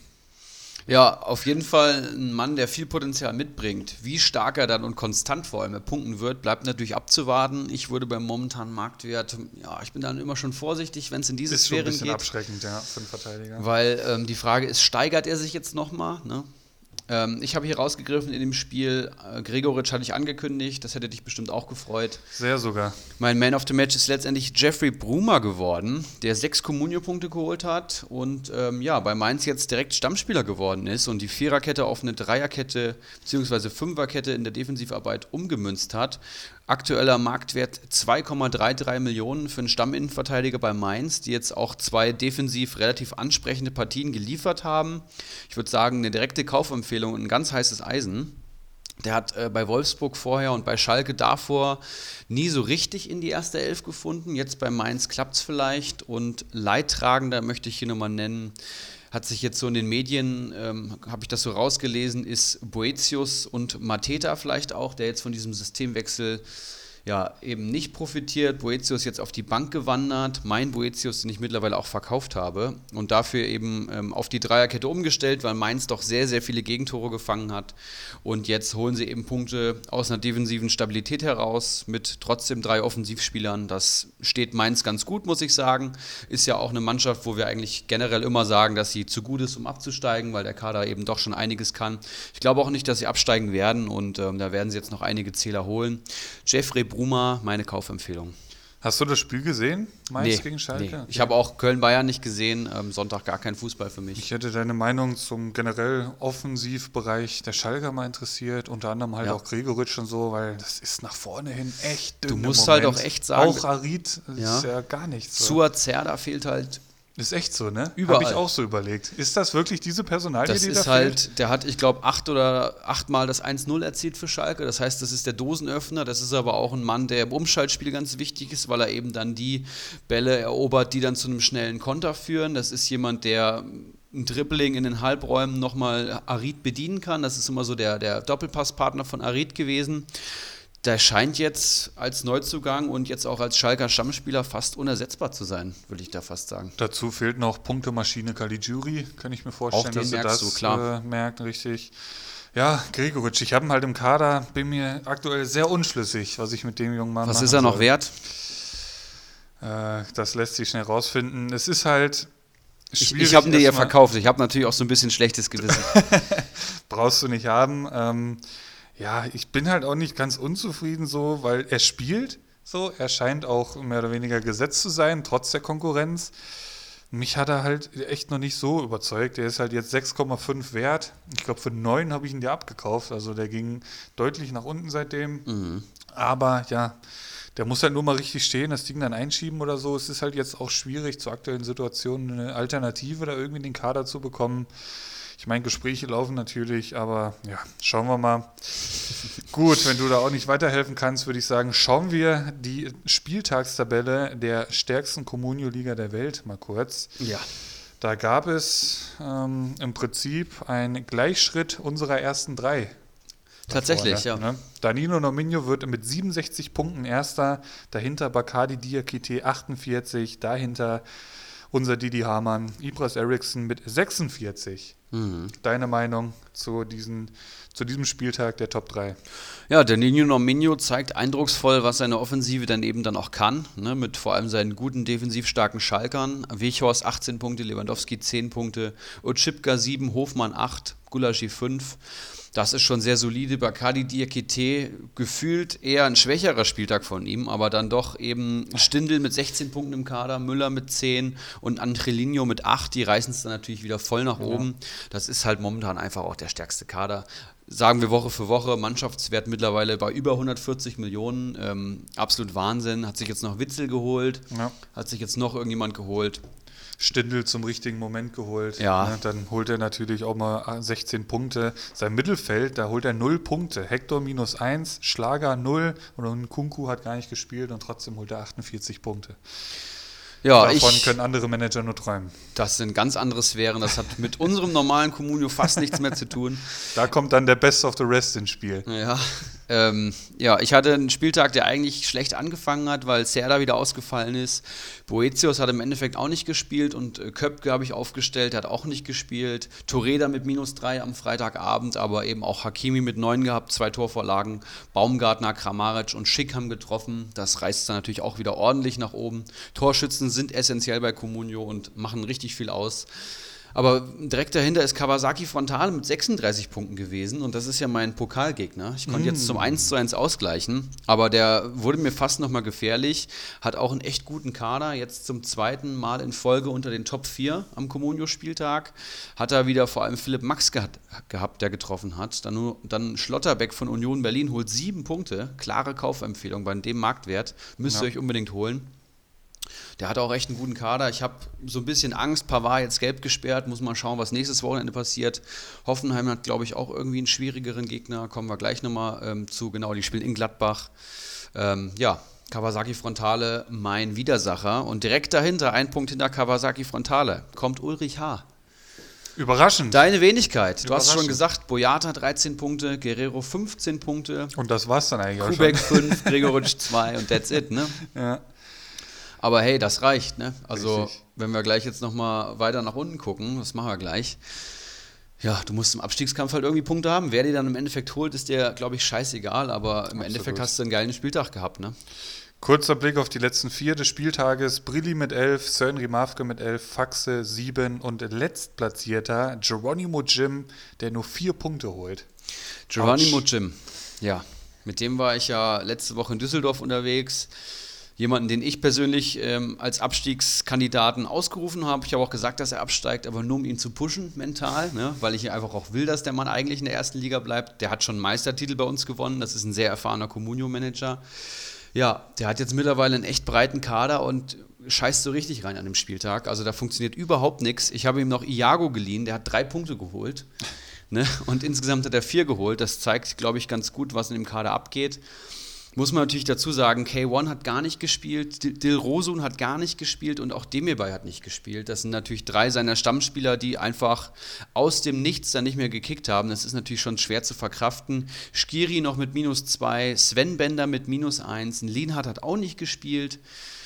Ja, auf jeden Fall ein Mann, der viel Potenzial mitbringt. Wie stark er dann und konstant vor allem punkten wird, bleibt natürlich abzuwarten. Ich würde beim momentanen Marktwert, ja, ich bin dann immer schon vorsichtig, wenn es in diese Sphären geht. Ist schon ein bisschen abschreckend, ja, für einen Verteidiger. Weil die Frage ist, steigert er sich jetzt nochmal, ne? Ich habe hier rausgegriffen in dem Spiel, Gregoritsch hatte ich angekündigt, das hätte dich bestimmt auch gefreut. Sehr sogar. Mein Man of the Match ist letztendlich Jeffrey Bruma geworden, der 6 Comunio-Punkte geholt hat und bei Mainz jetzt direkt Stammspieler geworden ist und die Viererkette auf eine Dreierkette bzw. Fünferkette in der Defensivarbeit umgemünzt hat. Aktueller Marktwert 2,33 Millionen für einen Stamminnenverteidiger bei Mainz, die jetzt auch 2 defensiv relativ ansprechende Partien geliefert haben. Ich würde sagen, eine direkte Kaufempfehlung, ein ganz heißes Eisen. Der hat bei Wolfsburg vorher und bei Schalke davor nie so richtig in die erste Elf gefunden. Jetzt bei Mainz klappt es vielleicht und Leidtragender möchte ich hier nochmal nennen. Hat sich jetzt so in den Medien, habe ich das so rausgelesen, ist Boetius und Mateta vielleicht auch, der jetzt von diesem Systemwechsel ja eben nicht profitiert. Boetius jetzt auf die Bank gewandert, mein Boetius, den ich mittlerweile auch verkauft habe und dafür eben auf die Dreierkette umgestellt, weil Mainz doch sehr, sehr viele Gegentore gefangen hat und jetzt holen sie eben Punkte aus einer defensiven Stabilität heraus mit trotzdem 3 Offensivspielern. Das steht Mainz ganz gut, muss ich sagen. Ist ja auch eine Mannschaft, wo wir eigentlich generell immer sagen, dass sie zu gut ist, um abzusteigen, weil der Kader eben doch schon einiges kann. Ich glaube auch nicht, dass sie absteigen werden und da werden sie jetzt noch einige Zähler holen. Jeffrey Bruma, meine Kaufempfehlung. Hast du das Spiel gesehen? Mainz gegen Schalke? Nee. Ich habe auch Köln-Bayern nicht gesehen. Sonntag gar kein Fußball für mich. Ich hätte deine Meinung zum generell Offensivbereich der Schalker mal interessiert. Unter anderem halt auch Gregoritsch und so, weil das ist nach vorne hin echt dünn. Du musst halt auch echt sagen. Auch Arid ist ja gar nichts. So. Suazerda fehlt halt. Ist echt so, ne? Überall. Habe ich auch so überlegt. Ist das wirklich diese Personalie, das die ist da halt, fehlt? der hat, ich glaube, 8 Mal das 1-0 erzielt für Schalke. Das heißt, das ist der Dosenöffner. Das ist aber auch ein Mann, der im Umschaltspiel ganz wichtig ist, weil er eben dann die Bälle erobert, die dann zu einem schnellen Konter führen. Das ist jemand, der ein Dribbling in den Halbräumen nochmal Arid bedienen kann. Das ist immer so der Doppelpasspartner von Arid gewesen. Der scheint jetzt als Neuzugang und jetzt auch als Schalker Stammspieler fast unersetzbar zu sein, würde ich da fast sagen. Dazu fehlt noch Punktemaschine Caligiuri, kann ich mir vorstellen, auch den dass du das merkt, richtig. Ja, Gregoritsch, ich habe ihn halt im Kader, bin mir aktuell sehr unschlüssig, was ich mit dem jungen Mann Was machen ist er noch soll. wert? Das lässt sich schnell rausfinden. Es ist halt schwierig. Ich habe ihn dir ja verkauft, ich habe natürlich auch so ein bisschen schlechtes Gewissen. Brauchst du nicht haben. Ja, ich bin halt auch nicht ganz unzufrieden so, weil er spielt so, er scheint auch mehr oder weniger gesetzt zu sein, trotz der Konkurrenz. Mich hat er halt echt noch nicht so überzeugt. Der ist halt jetzt 6,5 wert. Ich glaube, für 9 habe ich ihn dir abgekauft. Also der ging deutlich nach unten seitdem. Mhm. Aber ja, der muss halt nur mal richtig stehen, das Ding dann einschieben oder so. Es ist halt jetzt auch schwierig, zur aktuellen Situation eine Alternative da irgendwie in den Kader zu bekommen. Ich meine, Gespräche laufen natürlich, aber ja, schauen wir mal. Gut, wenn du da auch nicht weiterhelfen kannst, würde ich sagen, schauen wir die Spieltagstabelle der stärksten Comunio-Liga der Welt mal kurz. Ja. Da gab es im Prinzip einen Gleichschritt unserer ersten 3. Tatsächlich, vorne, ja. ne? Danilo Nominho wird mit 67 Punkten Erster, dahinter Bacardi Diakite 48, dahinter unser Didi Hamann, Ibras Eriksson mit 46. Deine Meinung zu diesem Spieltag der Top 3? Ja, der Danilo Nominho zeigt eindrucksvoll, was seine Offensive dann eben dann auch kann, ne, mit vor allem seinen guten defensiv starken Schalkern. Weghorst 18 Punkte, Lewandowski 10 Punkte, Otschipka 7, Hofmann 8, Gulaschi 5. Das ist schon sehr solide. Bacardi Diakite gefühlt eher ein schwächerer Spieltag von ihm, aber dann doch eben Stindl mit 16 Punkten im Kader, Müller mit 10 und Angelino mit 8. Die reißen es dann natürlich wieder voll nach oben. Das ist halt momentan einfach auch der stärkste Kader. Sagen wir Woche für Woche, Mannschaftswert mittlerweile bei über 140 Millionen. Absolut Wahnsinn. Hat sich jetzt noch Witzel geholt, hat sich jetzt noch irgendjemand geholt. Stindl zum richtigen Moment geholt. Ja. Ne, dann holt er natürlich auch mal 16 Punkte. Sein Mittelfeld, da holt er 0 Punkte. Hector -1, Schlager 0 und Nkunku hat gar nicht gespielt und trotzdem holt er 48 Punkte. Ja, Davon können andere Manager nur träumen. Das sind ganz andere Sphären. Das hat mit unserem normalen Comunio fast nichts mehr zu tun. Da kommt dann der Best of the Rest ins Spiel. Ja, ich hatte einen Spieltag, der eigentlich schlecht angefangen hat, weil Serda wieder ausgefallen ist. Boetius hat im Endeffekt auch nicht gespielt und Köpke habe ich aufgestellt, der hat auch nicht gespielt. Toreda mit -3 am Freitagabend, aber eben auch Hakimi mit 9 gehabt, 2 Torvorlagen. Baumgartner, Kramaric und Schick haben getroffen. Das reißt dann natürlich auch wieder ordentlich nach oben. Torschützen sind essentiell bei Comunio und machen richtig viel aus. Aber direkt dahinter ist Kawasaki Frontale mit 36 Punkten gewesen und das ist ja mein Pokalgegner. Ich konnte jetzt zum 1:1 ausgleichen, aber der wurde mir fast nochmal gefährlich, hat auch einen echt guten Kader, jetzt zum zweiten Mal in Folge unter den Top 4 am Comunio-Spieltag. Hat er wieder vor allem Philipp Max gehabt, der getroffen hat. Dann Schlotterbeck von Union Berlin holt 7 Punkte, klare Kaufempfehlung bei dem Marktwert, müsst ihr euch unbedingt holen. Der hat auch echt einen guten Kader. Ich habe so ein bisschen Angst. Pavard jetzt gelb gesperrt. Muss mal schauen, was nächstes Wochenende passiert. Hoffenheim hat, glaube ich, auch irgendwie einen schwierigeren Gegner. Kommen wir gleich nochmal zu. Genau, die spielen in Gladbach. Kawasaki Frontale, mein Widersacher. Und direkt dahinter, ein Punkt hinter Kawasaki Frontale, kommt Ulrich H. Überraschend. Deine Wenigkeit. Du hast schon gesagt, Boyata 13 Punkte, Guerrero 15 Punkte. Und das war's dann eigentlich Kubek auch schon. 5, Gregoritsch 2 und that's it, ne? Ja. Aber hey, das reicht, ne? Also, Richtig. wenn wir gleich jetzt nochmal weiter nach unten gucken, das machen wir gleich. Ja, du musst im Abstiegskampf halt irgendwie Punkte haben. Wer die dann im Endeffekt holt, ist dir, glaube ich, scheißegal. Aber im Endeffekt hast du einen geilen Spieltag gehabt, ne? Kurzer Blick auf die letzten 4 des Spieltages. Brilli mit 11, Sönri Mavke mit 11, Faxe 7 und letztplatzierter Geronimo Jim, der nur 4 Punkte holt. Geronimo Jim, ja. Mit dem war ich ja letzte Woche in Düsseldorf unterwegs. Jemanden, den ich persönlich als Abstiegskandidaten ausgerufen habe. Ich habe auch gesagt, dass er absteigt, aber nur um ihn zu pushen mental, ne? Weil ich einfach auch will, dass der Mann eigentlich in der ersten Liga bleibt. Der hat schon einen Meistertitel bei uns gewonnen. Das ist ein sehr erfahrener Comunio-Manager. Ja, der hat jetzt mittlerweile einen echt breiten Kader und scheißt so richtig rein an dem Spieltag. Also da funktioniert überhaupt nichts. Ich habe ihm noch Iago geliehen, der hat 3 Punkte geholt. Ne? Und insgesamt hat er 4 geholt. Das zeigt, glaube ich, ganz gut, was in dem Kader abgeht. Muss man natürlich dazu sagen, K1 hat gar nicht gespielt, Dilrosun hat gar nicht gespielt und auch Demirbay hat nicht gespielt. Das sind natürlich 3 seiner Stammspieler, die einfach aus dem Nichts dann nicht mehr gekickt haben. Das ist natürlich schon schwer zu verkraften. Skiri noch mit -2, Sven Bender mit -1, Lienhardt hat auch nicht gespielt.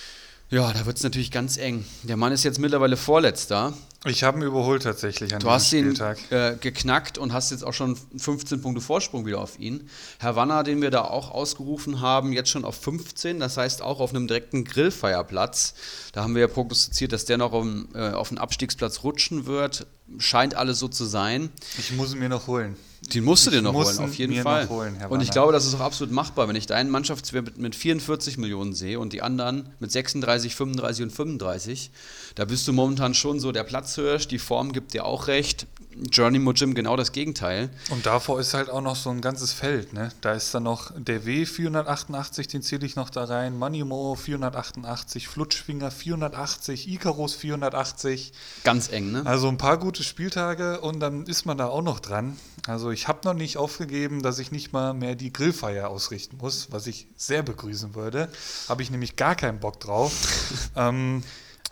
Ja, da wird es natürlich ganz eng. Der Mann ist jetzt mittlerweile Vorletzter. Ich habe ihn überholt tatsächlich an Du diesem hast ihn Spieltag. geknackt und hast jetzt auch schon 15 Punkte Vorsprung wieder auf ihn. Herr Wanner, den wir da auch ausgerufen haben, jetzt schon auf 15, das heißt auch auf einem direkten Grillfeierplatz. Da haben wir ja prognostiziert, dass der noch auf einen Abstiegsplatz rutschen wird. Scheint alles so zu sein. Ich muss ihn mir noch holen. Den musst du dir noch muss holen, auf ihn jeden mir Fall. noch holen, Herr Und ich Wanner. glaube, das ist auch absolut machbar, wenn ich deinen Mannschaftswert mit 44 Millionen sehe und die anderen mit 36, 35 und 35. Da bist du momentan schon so der Platzhirsch, die Form gibt dir auch recht. Geronimo Jim genau das Gegenteil. Und davor ist halt auch noch so ein ganzes Feld, ne? Da ist dann noch der W 488, den zähle ich noch da rein, Manimo 488, Flutschfinger 480, Icarus 480. Ganz eng, ne? Also ein paar gute Spieltage und dann ist man da auch noch dran. Also ich habe noch nicht aufgegeben, dass ich nicht mal mehr die Grillfeier ausrichten muss, was ich sehr begrüßen würde. Habe ich nämlich gar keinen Bock drauf.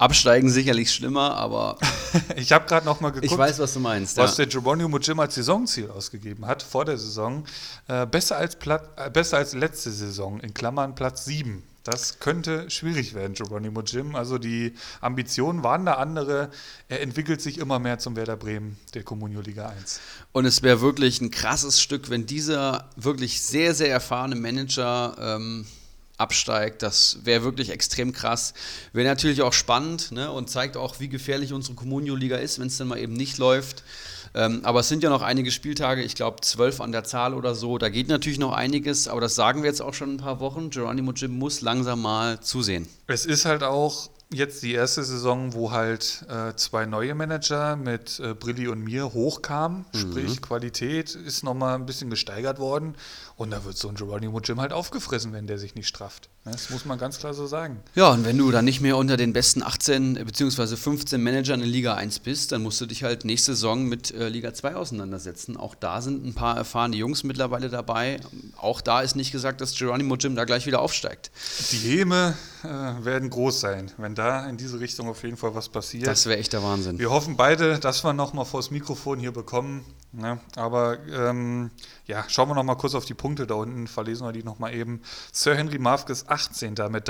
Absteigen sicherlich schlimmer, aber Ich habe gerade noch mal geguckt, ich weiß, was du meinst. was der Geronimo Jim als Saisonziel ausgegeben hat vor der Saison. Besser als letzte Saison, in Klammern Platz 7. Das könnte schwierig werden, Geronimo Jim. Also die Ambitionen waren da andere. Er entwickelt sich immer mehr zum Werder Bremen der Comunio Liga 1. Und es wäre wirklich ein krasses Stück, wenn dieser wirklich sehr, sehr erfahrene Manager absteigt. Das wäre wirklich extrem krass. Wäre natürlich auch spannend, ne? Und zeigt auch, wie gefährlich unsere Comunio-Liga ist, wenn es dann mal eben nicht läuft. Aber es sind ja noch einige Spieltage, ich glaube 12 an der Zahl oder so. Da geht natürlich noch einiges, aber das sagen wir jetzt auch schon ein paar Wochen. Geronimo Jim muss langsam mal zusehen. Es ist halt auch jetzt die erste Saison, wo halt 2 neue Manager mit Brilli und mir hochkamen. Sprich, Qualität ist nochmal ein bisschen gesteigert worden. Und da wird so ein Geronimo Jim halt aufgefressen, wenn der sich nicht strafft. Das muss man ganz klar so sagen. Ja, und wenn du dann nicht mehr unter den besten 18 bzw. 15 Managern in Liga 1 bist, dann musst du dich halt nächste Saison mit Liga 2 auseinandersetzen. Auch da sind ein paar erfahrene Jungs mittlerweile dabei. Auch da ist nicht gesagt, dass Geronimo Jim da gleich wieder aufsteigt. Die Häme werden groß sein, wenn da in diese Richtung auf jeden Fall was passiert. Das wäre echt der Wahnsinn. Wir hoffen beide, dass wir nochmal vors Mikrofon hier bekommen. Ne? Aber schauen wir nochmal kurz auf die Punkte da unten, verlesen wir die nochmal eben. Sir Henry Mafkes 18. mit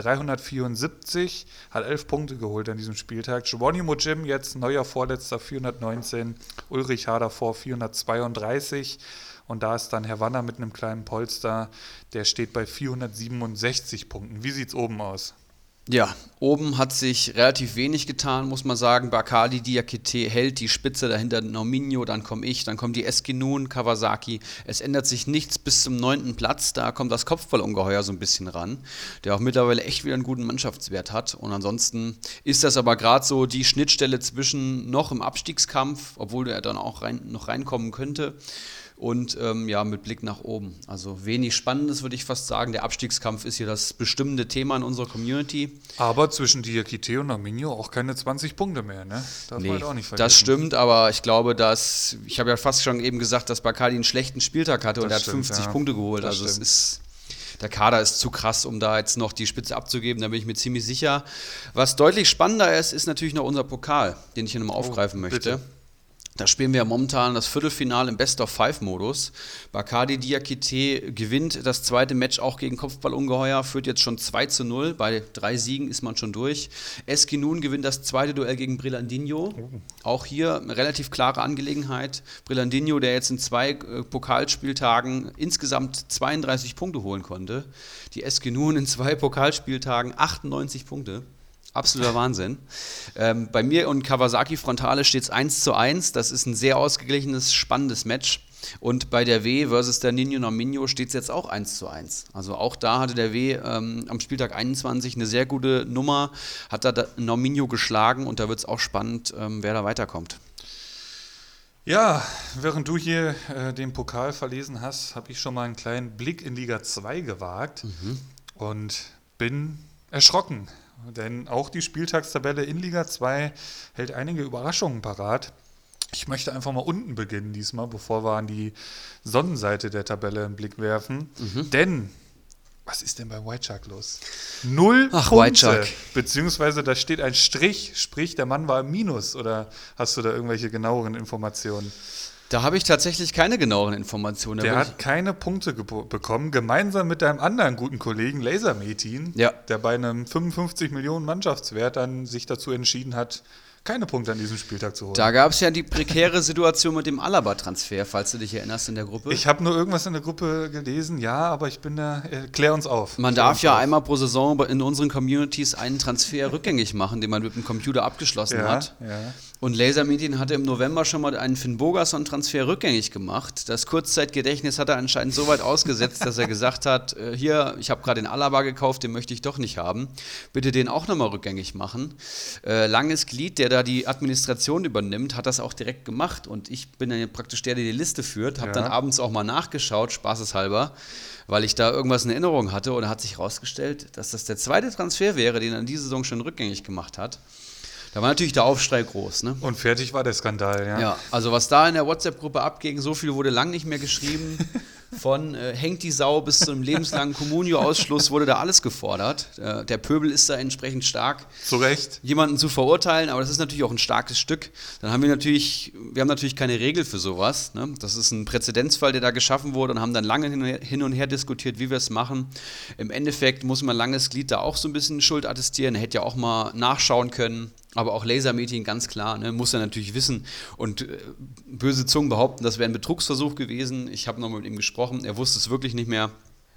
374, hat 11 Punkte geholt an diesem Spieltag. Geronimo Jim jetzt neuer Vorletzter, 419. Ulrich Hader vor 432. Und da ist dann Herr Wanner mit einem kleinen Polster, der steht bei 467 Punkten. Wie sieht's oben aus? Ja, oben hat sich relativ wenig getan, muss man sagen. Bacardi Diakite hält die Spitze, dahinter Norminho, dann komme ich, dann kommen die Eskinun, Kawasaki. Es ändert sich nichts bis zum 9. Platz, da kommt das Kopfballungeheuer so ein bisschen ran, der auch mittlerweile echt wieder einen guten Mannschaftswert hat. Und ansonsten ist das aber gerade so die Schnittstelle zwischen noch im Abstiegskampf, obwohl er dann auch noch reinkommen könnte. Und mit Blick nach oben. Also wenig Spannendes, würde ich fast sagen. Der Abstiegskampf ist hier das bestimmende Thema in unserer Community. Aber zwischen Diakite und Norminho auch keine 20 Punkte mehr, ne? Darf man halt auch nicht vergessen. Das stimmt, aber ich glaube, ich habe ja fast schon eben gesagt, dass Bacardi einen schlechten Spieltag hatte und er hat 50 Punkte geholt. Also der Kader ist zu krass, um da jetzt noch die Spitze abzugeben, da bin ich mir ziemlich sicher. Was deutlich spannender ist natürlich noch unser Pokal, den ich hier nochmal aufgreifen möchte. Bitte. Da spielen wir ja momentan das Viertelfinale im Best-of-5-Modus. Bacardi Diakite gewinnt das zweite Match auch gegen Kopfballungeheuer, führt jetzt schon 2:0. Bei 3 Siegen ist man schon durch. Eskinun gewinnt das zweite Duell gegen Brillandinho. Auch hier eine relativ klare Angelegenheit. Brillandinho, der jetzt in 2 Pokalspieltagen insgesamt 32 Punkte holen konnte. Die Eskinun in 2 Pokalspieltagen 98 Punkte. Absoluter Wahnsinn. Bei mir und Kawasaki Frontale steht es 1:1. Das ist ein sehr ausgeglichenes, spannendes Match. Und bei der W versus der Nino Norminho steht es jetzt auch 1:1. Also auch da hatte der W am Spieltag 21 eine sehr gute Nummer, hat da Norminho geschlagen und da wird es auch spannend, wer da weiterkommt. Ja, während du hier den Pokal verlesen hast, habe ich schon mal einen kleinen Blick in Liga 2 gewagt und bin erschrocken. Denn auch die Spieltagstabelle in Liga 2 hält einige Überraschungen parat. Ich möchte einfach mal unten beginnen diesmal, bevor wir an die Sonnenseite der Tabelle einen Blick werfen. Denn, was ist denn bei White Shark los? 0 Punkte. White Shark. Beziehungsweise da steht ein Strich, sprich der Mann war im Minus. Oder hast du da irgendwelche genaueren Informationen? Da habe ich tatsächlich keine genaueren Informationen. Der hat keine Punkte bekommen, gemeinsam mit deinem anderen guten Kollegen Laser Metin, der bei einem 55 Millionen Mannschaftswert dann sich dazu entschieden hat, keine Punkte an diesem Spieltag zu holen. Da gab es ja die prekäre Situation mit dem Alaba-Transfer, falls du dich erinnerst in der Gruppe. Ich habe nur irgendwas in der Gruppe gelesen, ja, aber ich bin da, klär uns auf. Man darf ja einmal pro Saison in unseren Communities einen Transfer rückgängig machen, den man mit dem Computer abgeschlossen hat. Ja. Und Laser Metin hatte im November schon mal einen Finn Bogason-Transfer rückgängig gemacht. Das Kurzzeitgedächtnis hat er anscheinend so weit ausgesetzt, dass er gesagt hat, hier, ich habe gerade den Alaba gekauft, den möchte ich doch nicht haben. Bitte den auch nochmal rückgängig machen. Langes Glied, der da die Administration übernimmt, hat das auch direkt gemacht. Und ich bin dann praktisch der die Liste führt, habe dann abends auch mal nachgeschaut, spaßeshalber, weil ich da irgendwas in Erinnerung hatte. Und da hat sich herausgestellt, dass das der zweite Transfer wäre, den er in dieser Saison schon rückgängig gemacht hat. Da war natürlich der Aufschrei groß, ne? Und fertig war der Skandal, ja. Ja, also was da in der WhatsApp-Gruppe abging, so viel wurde lang nicht mehr geschrieben. Von hängt die Sau bis zu einem lebenslangen Communio-Ausschluss wurde da alles gefordert. Der Pöbel ist da entsprechend stark. Zu Recht. Jemanden zu verurteilen, aber das ist natürlich auch ein starkes Stück. Dann haben wir haben natürlich keine Regel für sowas. Ne? Das ist ein Präzedenzfall, der da geschaffen wurde und haben dann lange hin und her diskutiert, wie wir es machen. Im Endeffekt muss man langes Glied da auch so ein bisschen Schuld attestieren. Er hätte ja auch mal nachschauen können. Aber auch Lasermeeting, ganz klar, ne, muss er natürlich wissen. Und böse Zungen behaupten, das wäre ein Betrugsversuch gewesen. Ich habe nochmal mit ihm gesprochen, er wusste es wirklich nicht mehr.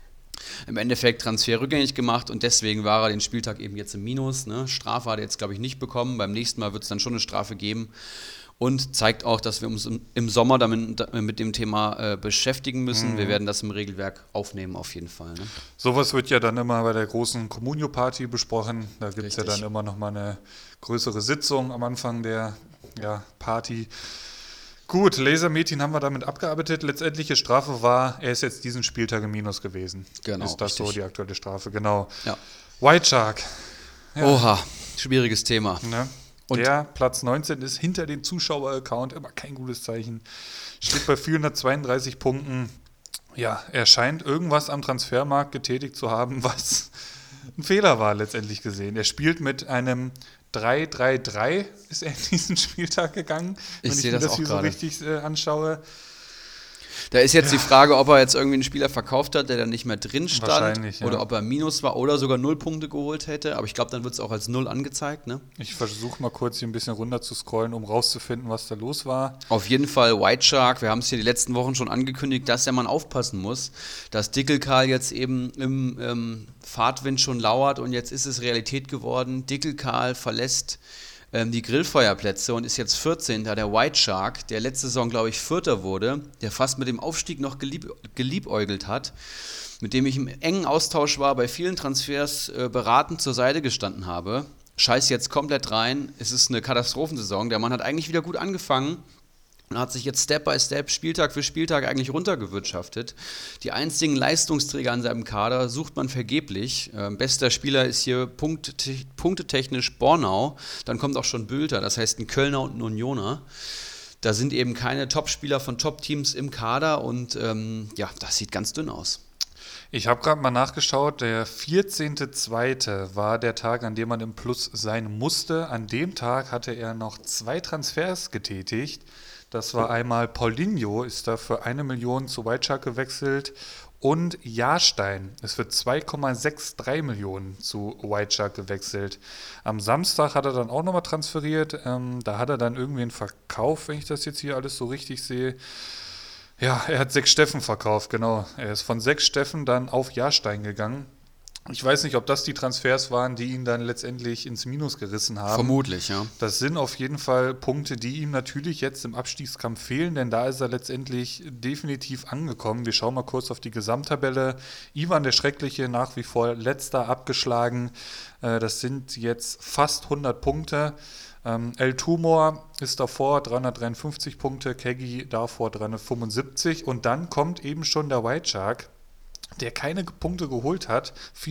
Im Endeffekt Transfer rückgängig gemacht und deswegen war er den Spieltag eben jetzt im Minus. Ne. Strafe hat er jetzt, glaube ich, nicht bekommen. Beim nächsten Mal wird es dann schon eine Strafe geben. Und zeigt auch, dass wir uns im Sommer damit mit dem Thema beschäftigen müssen. Wir werden das im Regelwerk aufnehmen, auf jeden Fall. Ne? Sowas wird ja dann immer bei der großen Communio-Party besprochen. Da gibt es ja dann immer noch mal eine größere Sitzung am Anfang der Party. Gut, Lasermeeting haben wir damit abgearbeitet. Letztendliche Strafe war, er ist jetzt diesen Spieltag im Minus gewesen. Genau, ist das richtig. so die aktuelle Strafe? Genau. Ja. White Shark. Ja. Oha, schwieriges Thema. Ne? Und der Platz 19 ist hinter dem Zuschauer-Account, immer kein gutes Zeichen. Steht bei 432 Punkten. Ja, er scheint irgendwas am Transfermarkt getätigt zu haben, was ein Fehler war letztendlich gesehen. Er spielt mit einem 3-3-3, ist er in diesen Spieltag gegangen, wenn ich mir das hier so richtig anschaue. Da ist jetzt die Frage, ob er jetzt irgendwie einen Spieler verkauft hat, der dann nicht mehr drin stand. Wahrscheinlich, ja. Oder ob er Minus war oder sogar 0 Punkte geholt hätte. Aber ich glaube, dann wird es auch als 0 angezeigt. Ne? Ich versuche mal kurz hier ein bisschen runter zu scrollen, um rauszufinden, was da los war. Auf jeden Fall White Shark. Wir haben es hier die letzten Wochen schon angekündigt, dass der Mann aufpassen muss, dass Dickelkarl jetzt eben im Fahrtwind schon lauert und jetzt ist es Realität geworden. Dickelkarl verlässt die Grillfeuerplätze und ist jetzt 14. Der White Shark, der letzte Saison, glaube ich, Vierter wurde, der fast mit dem Aufstieg noch geliebäugelt hat, mit dem ich im engen Austausch war, bei vielen Transfers beratend zur Seite gestanden habe. Scheiß jetzt komplett rein, es ist eine Katastrophensaison. Der Mann hat eigentlich wieder gut angefangen und hat sich jetzt Step by Step, Spieltag für Spieltag eigentlich runtergewirtschaftet. Die einzigen Leistungsträger an seinem Kader sucht man vergeblich. Bester Spieler ist hier punktetechnisch Bornau. Dann kommt auch schon Bülter, das heißt ein Kölner und ein Unioner. Da sind eben keine Top-Spieler von Top-Teams im Kader und das sieht ganz dünn aus. Ich habe gerade mal nachgeschaut, der 14.02. war der Tag, an dem man im Plus sein musste. An dem Tag hatte er noch 2 Transfers getätigt. Das war einmal Paulinho, ist da für 1 Million zu White Shark gewechselt und Jahrstein ist für 2,63 Millionen zu White Shark gewechselt. Am Samstag hat er dann auch nochmal transferiert, da hat er dann irgendwie einen Verkauf, wenn ich das jetzt hier alles so richtig sehe. Ja, er hat 6 Steffen verkauft, genau. Er ist von 6 Steffen dann auf Jahrstein gegangen. Ich weiß nicht, ob das die Transfers waren, die ihn dann letztendlich ins Minus gerissen haben. Vermutlich, ja. Das sind auf jeden Fall Punkte, die ihm natürlich jetzt im Abstiegskampf fehlen, denn da ist er letztendlich definitiv angekommen. Wir schauen mal kurz auf die Gesamttabelle. Ivan der Schreckliche nach wie vor letzter abgeschlagen. Das sind jetzt fast 100 Punkte. El Tumor ist davor 353 Punkte, Keggy davor 375 und dann kommt eben schon der White Shark, der keine Punkte geholt hat,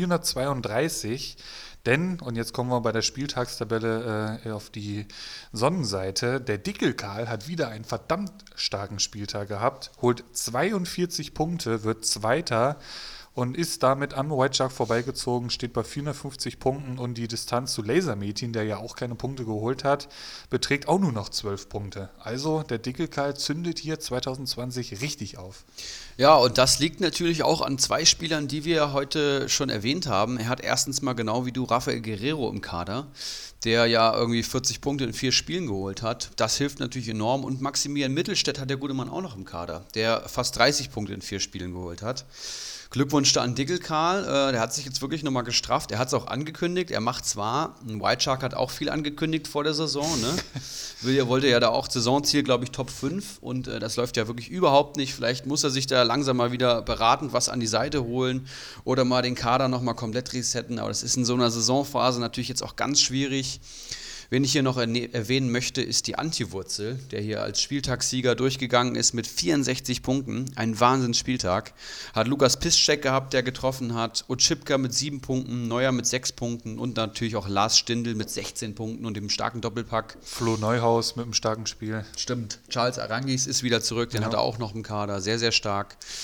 432, denn, und jetzt kommen wir bei der Spieltagstabelle auf die Sonnenseite, der Dickelkarl hat wieder einen verdammt starken Spieltag gehabt, holt 42 Punkte, wird Zweiter und ist damit am White Shark vorbeigezogen, steht bei 450 Punkten und die Distanz zu Lasermeeting, der ja auch keine Punkte geholt hat, beträgt auch nur noch 12 Punkte. Also der Dickelkarl zündet hier 2020 richtig auf. Ja, und das liegt natürlich auch an 2 Spielern, die wir heute schon erwähnt haben. Er hat erstens mal genau wie du Rafael Guerrero im Kader, der ja irgendwie 40 Punkte in 4 Spielen geholt hat. Das hilft natürlich enorm. Und Maximilian Mittelstädt hat der gute Mann auch noch im Kader, der fast 30 Punkte in 4 Spielen geholt hat. Glückwunsch da an Dickelkarl, der hat sich jetzt wirklich nochmal gestrafft, er hat es auch angekündigt, er macht zwar, White Shark hat auch viel angekündigt vor der Saison, ne? Wollte ja da auch Saisonziel, glaube ich, Top 5 und das läuft ja wirklich überhaupt nicht, vielleicht muss er sich da langsam mal wieder beratend was an die Seite holen oder mal den Kader nochmal komplett resetten, aber das ist in so einer Saisonphase natürlich jetzt auch ganz schwierig. Wen ich hier noch erwähnen möchte, ist die Antiwurzel, der hier als Spieltagssieger durchgegangen ist mit 64 Punkten. Ein Wahnsinnsspieltag. Hat Lukas Piszczek gehabt, der getroffen hat. Otschipka mit 7 Punkten, Neuer mit 6 Punkten und natürlich auch Lars Stindl mit 16 Punkten und dem starken Doppelpack. Flo Neuhaus mit einem starken Spiel. Stimmt. Charles Arangis ist wieder zurück, den hat er auch noch im Kader. Sehr, sehr stark.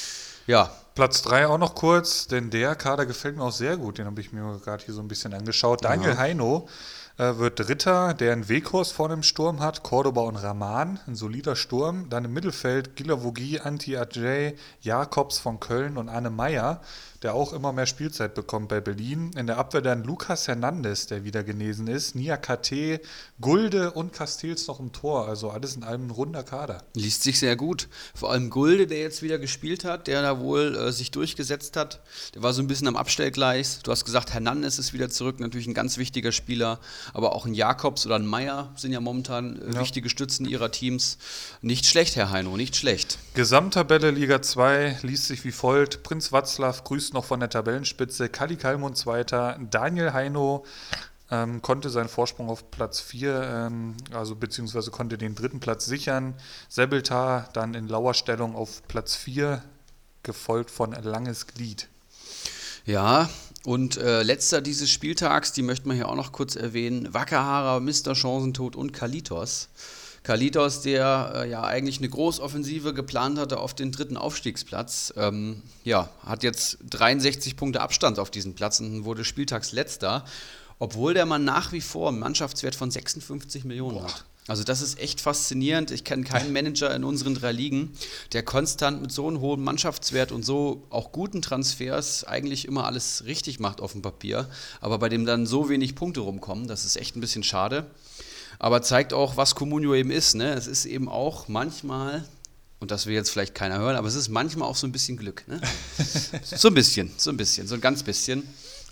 Ja, Platz 3 auch noch kurz, denn der Kader gefällt mir auch sehr gut. Den habe ich mir gerade hier so ein bisschen angeschaut. Daniel Heino wird Dritter, der einen Weghorst vorne im Sturm hat. Cordoba und Rahman, ein solider Sturm. Dann im Mittelfeld Guilavogui, Anti Ajay, Jakobs von Köln und Arne Meyer, der auch immer mehr Spielzeit bekommt bei Berlin. In der Abwehr dann Lucas Hernandez, der wieder genesen ist. Nia KT, Gulde und Castells noch im Tor. Also alles in allem ein runder Kader. liest sich sehr gut. Vor allem Gulde, der jetzt wieder gespielt hat, der da wohl sich durchgesetzt hat. Der war so ein bisschen am Abstellgleis. Du hast gesagt, Hernandez ist wieder zurück, natürlich ein ganz wichtiger Spieler. Aber auch ein Jakobs oder ein Meier sind ja momentan wichtige Stützen ihrer Teams. Nicht schlecht, Herr Heino, nicht schlecht. Gesamttabelle Liga 2 liest sich wie folgt. Prinz Václav grüßt noch von der Tabellenspitze. Kali Kalmund Zweiter. Daniel Heino konnte seinen Vorsprung auf Platz 4, also beziehungsweise konnte den dritten Platz sichern. Sebeltar dann in Lauerstellung auf Platz 4, gefolgt von Langes Glied. Ja, und letzter dieses Spieltags, die möchten wir hier auch noch kurz erwähnen, Wakahara, Mr. Chancentod und Kalitos. Kalitos, der ja eigentlich eine Großoffensive geplant hatte auf den dritten Aufstiegsplatz, hat jetzt 63 Punkte Abstand auf diesen Platz und wurde Spieltagsletzter, obwohl der Mann nach wie vor einen Mannschaftswert von 56 Millionen hat. Also das ist echt faszinierend. Ich kenne keinen Manager in unseren 3 Ligen, der konstant mit so einem hohen Mannschaftswert und so auch guten Transfers eigentlich immer alles richtig macht auf dem Papier, aber bei dem dann so wenig Punkte rumkommen, das ist echt ein bisschen schade. Aber zeigt auch, was Comunio eben ist. Ne? Es ist eben auch manchmal, und das will jetzt vielleicht keiner hören, aber es ist manchmal auch so ein bisschen Glück. Ne? so ein ganz bisschen.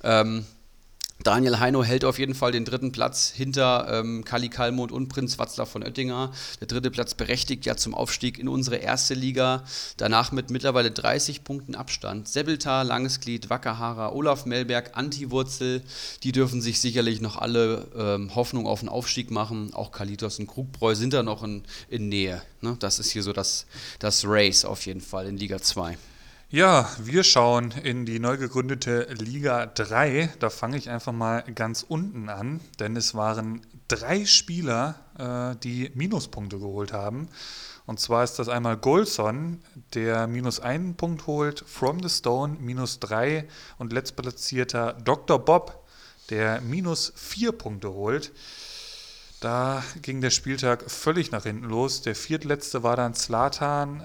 Daniel Heino hält auf jeden Fall den dritten Platz hinter Kali Kalmund und Prinz Václav von Oettinger. Der dritte Platz berechtigt ja zum Aufstieg in unsere erste Liga. Danach mit mittlerweile 30 Punkten Abstand. Sebeltar, Langesglied, Wakahara, Olaf Melberg, Anti-Wurzel. Die dürfen sich sicherlich noch alle Hoffnung auf einen Aufstieg machen. Auch Kalitos und Krugbräu sind da noch in Nähe. Ne? Das ist hier so das Race auf jeden Fall in Liga 2. Ja, wir schauen in die neu gegründete Liga 3. Da fange ich einfach mal ganz unten an, denn es waren 3 Spieler, die Minuspunkte geholt haben. Und zwar ist das einmal Golson, der -1 Punkt holt, From the Stone -3 und letztplatzierter Dr. Bob, der -4 Punkte holt. Da ging der Spieltag völlig nach hinten los. Der viertletzte war dann Zlatan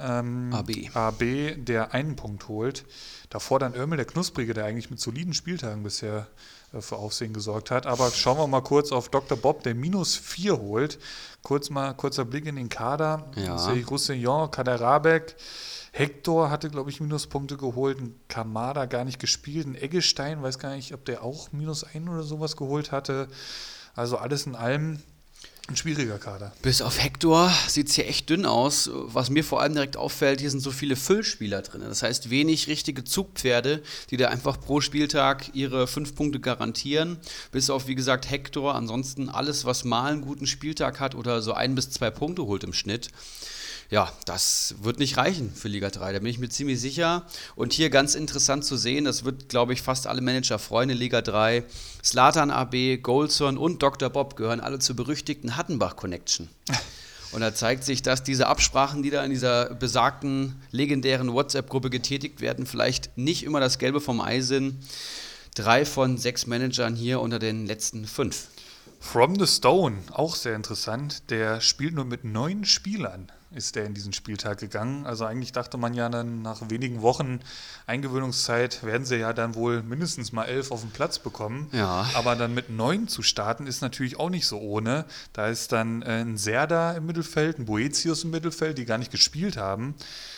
AB, der 1 Punkt holt. Davor dann Örmel, der Knusprige, der eigentlich mit soliden Spieltagen bisher für Aufsehen gesorgt hat. Aber schauen wir mal kurz auf Dr. Bob, der -4 holt. Kurzer Blick in den Kader. Ja. Sehe ich Roussillon, Kaderabek. Hector hatte, glaube ich, Minuspunkte geholt. Ein Kamada gar nicht gespielt. Ein Eggestein, weiß gar nicht, ob der auch -1 oder sowas geholt hatte. Also alles in allem ein schwieriger Kader. Bis auf Hector sieht es hier echt dünn aus. Was mir vor allem direkt auffällt, hier sind so viele Füllspieler drin. Das heißt, wenig richtige Zugpferde, die da einfach pro Spieltag ihre 5 Punkte garantieren. Bis auf, wie gesagt, Hector. Ansonsten alles, was mal einen guten Spieltag hat oder so 1 bis 2 Punkte holt im Schnitt. Ja, das wird nicht reichen für Liga 3, da bin ich mir ziemlich sicher. Und hier ganz interessant zu sehen, das wird, glaube ich, fast alle Manager freuen in Liga 3. Zlatan AB, Golson und Dr. Bob gehören alle zur berüchtigten Hattenbach-Connection. Und da zeigt sich, dass diese Absprachen, die da in dieser besagten, legendären WhatsApp-Gruppe getätigt werden, vielleicht nicht immer das Gelbe vom Ei sind. 3 von 6 Managern hier unter den letzten 5. From the Stone, auch sehr interessant. Der spielt nur mit 9 Spielern, ist der in diesen Spieltag gegangen. Also eigentlich dachte man ja dann nach wenigen Wochen Eingewöhnungszeit werden sie ja dann wohl mindestens mal 11 auf den Platz bekommen. Ja. Aber dann mit 9 zu starten ist natürlich auch nicht so ohne. Da ist dann ein Serda im Mittelfeld, ein Boetius im Mittelfeld, die gar nicht gespielt haben.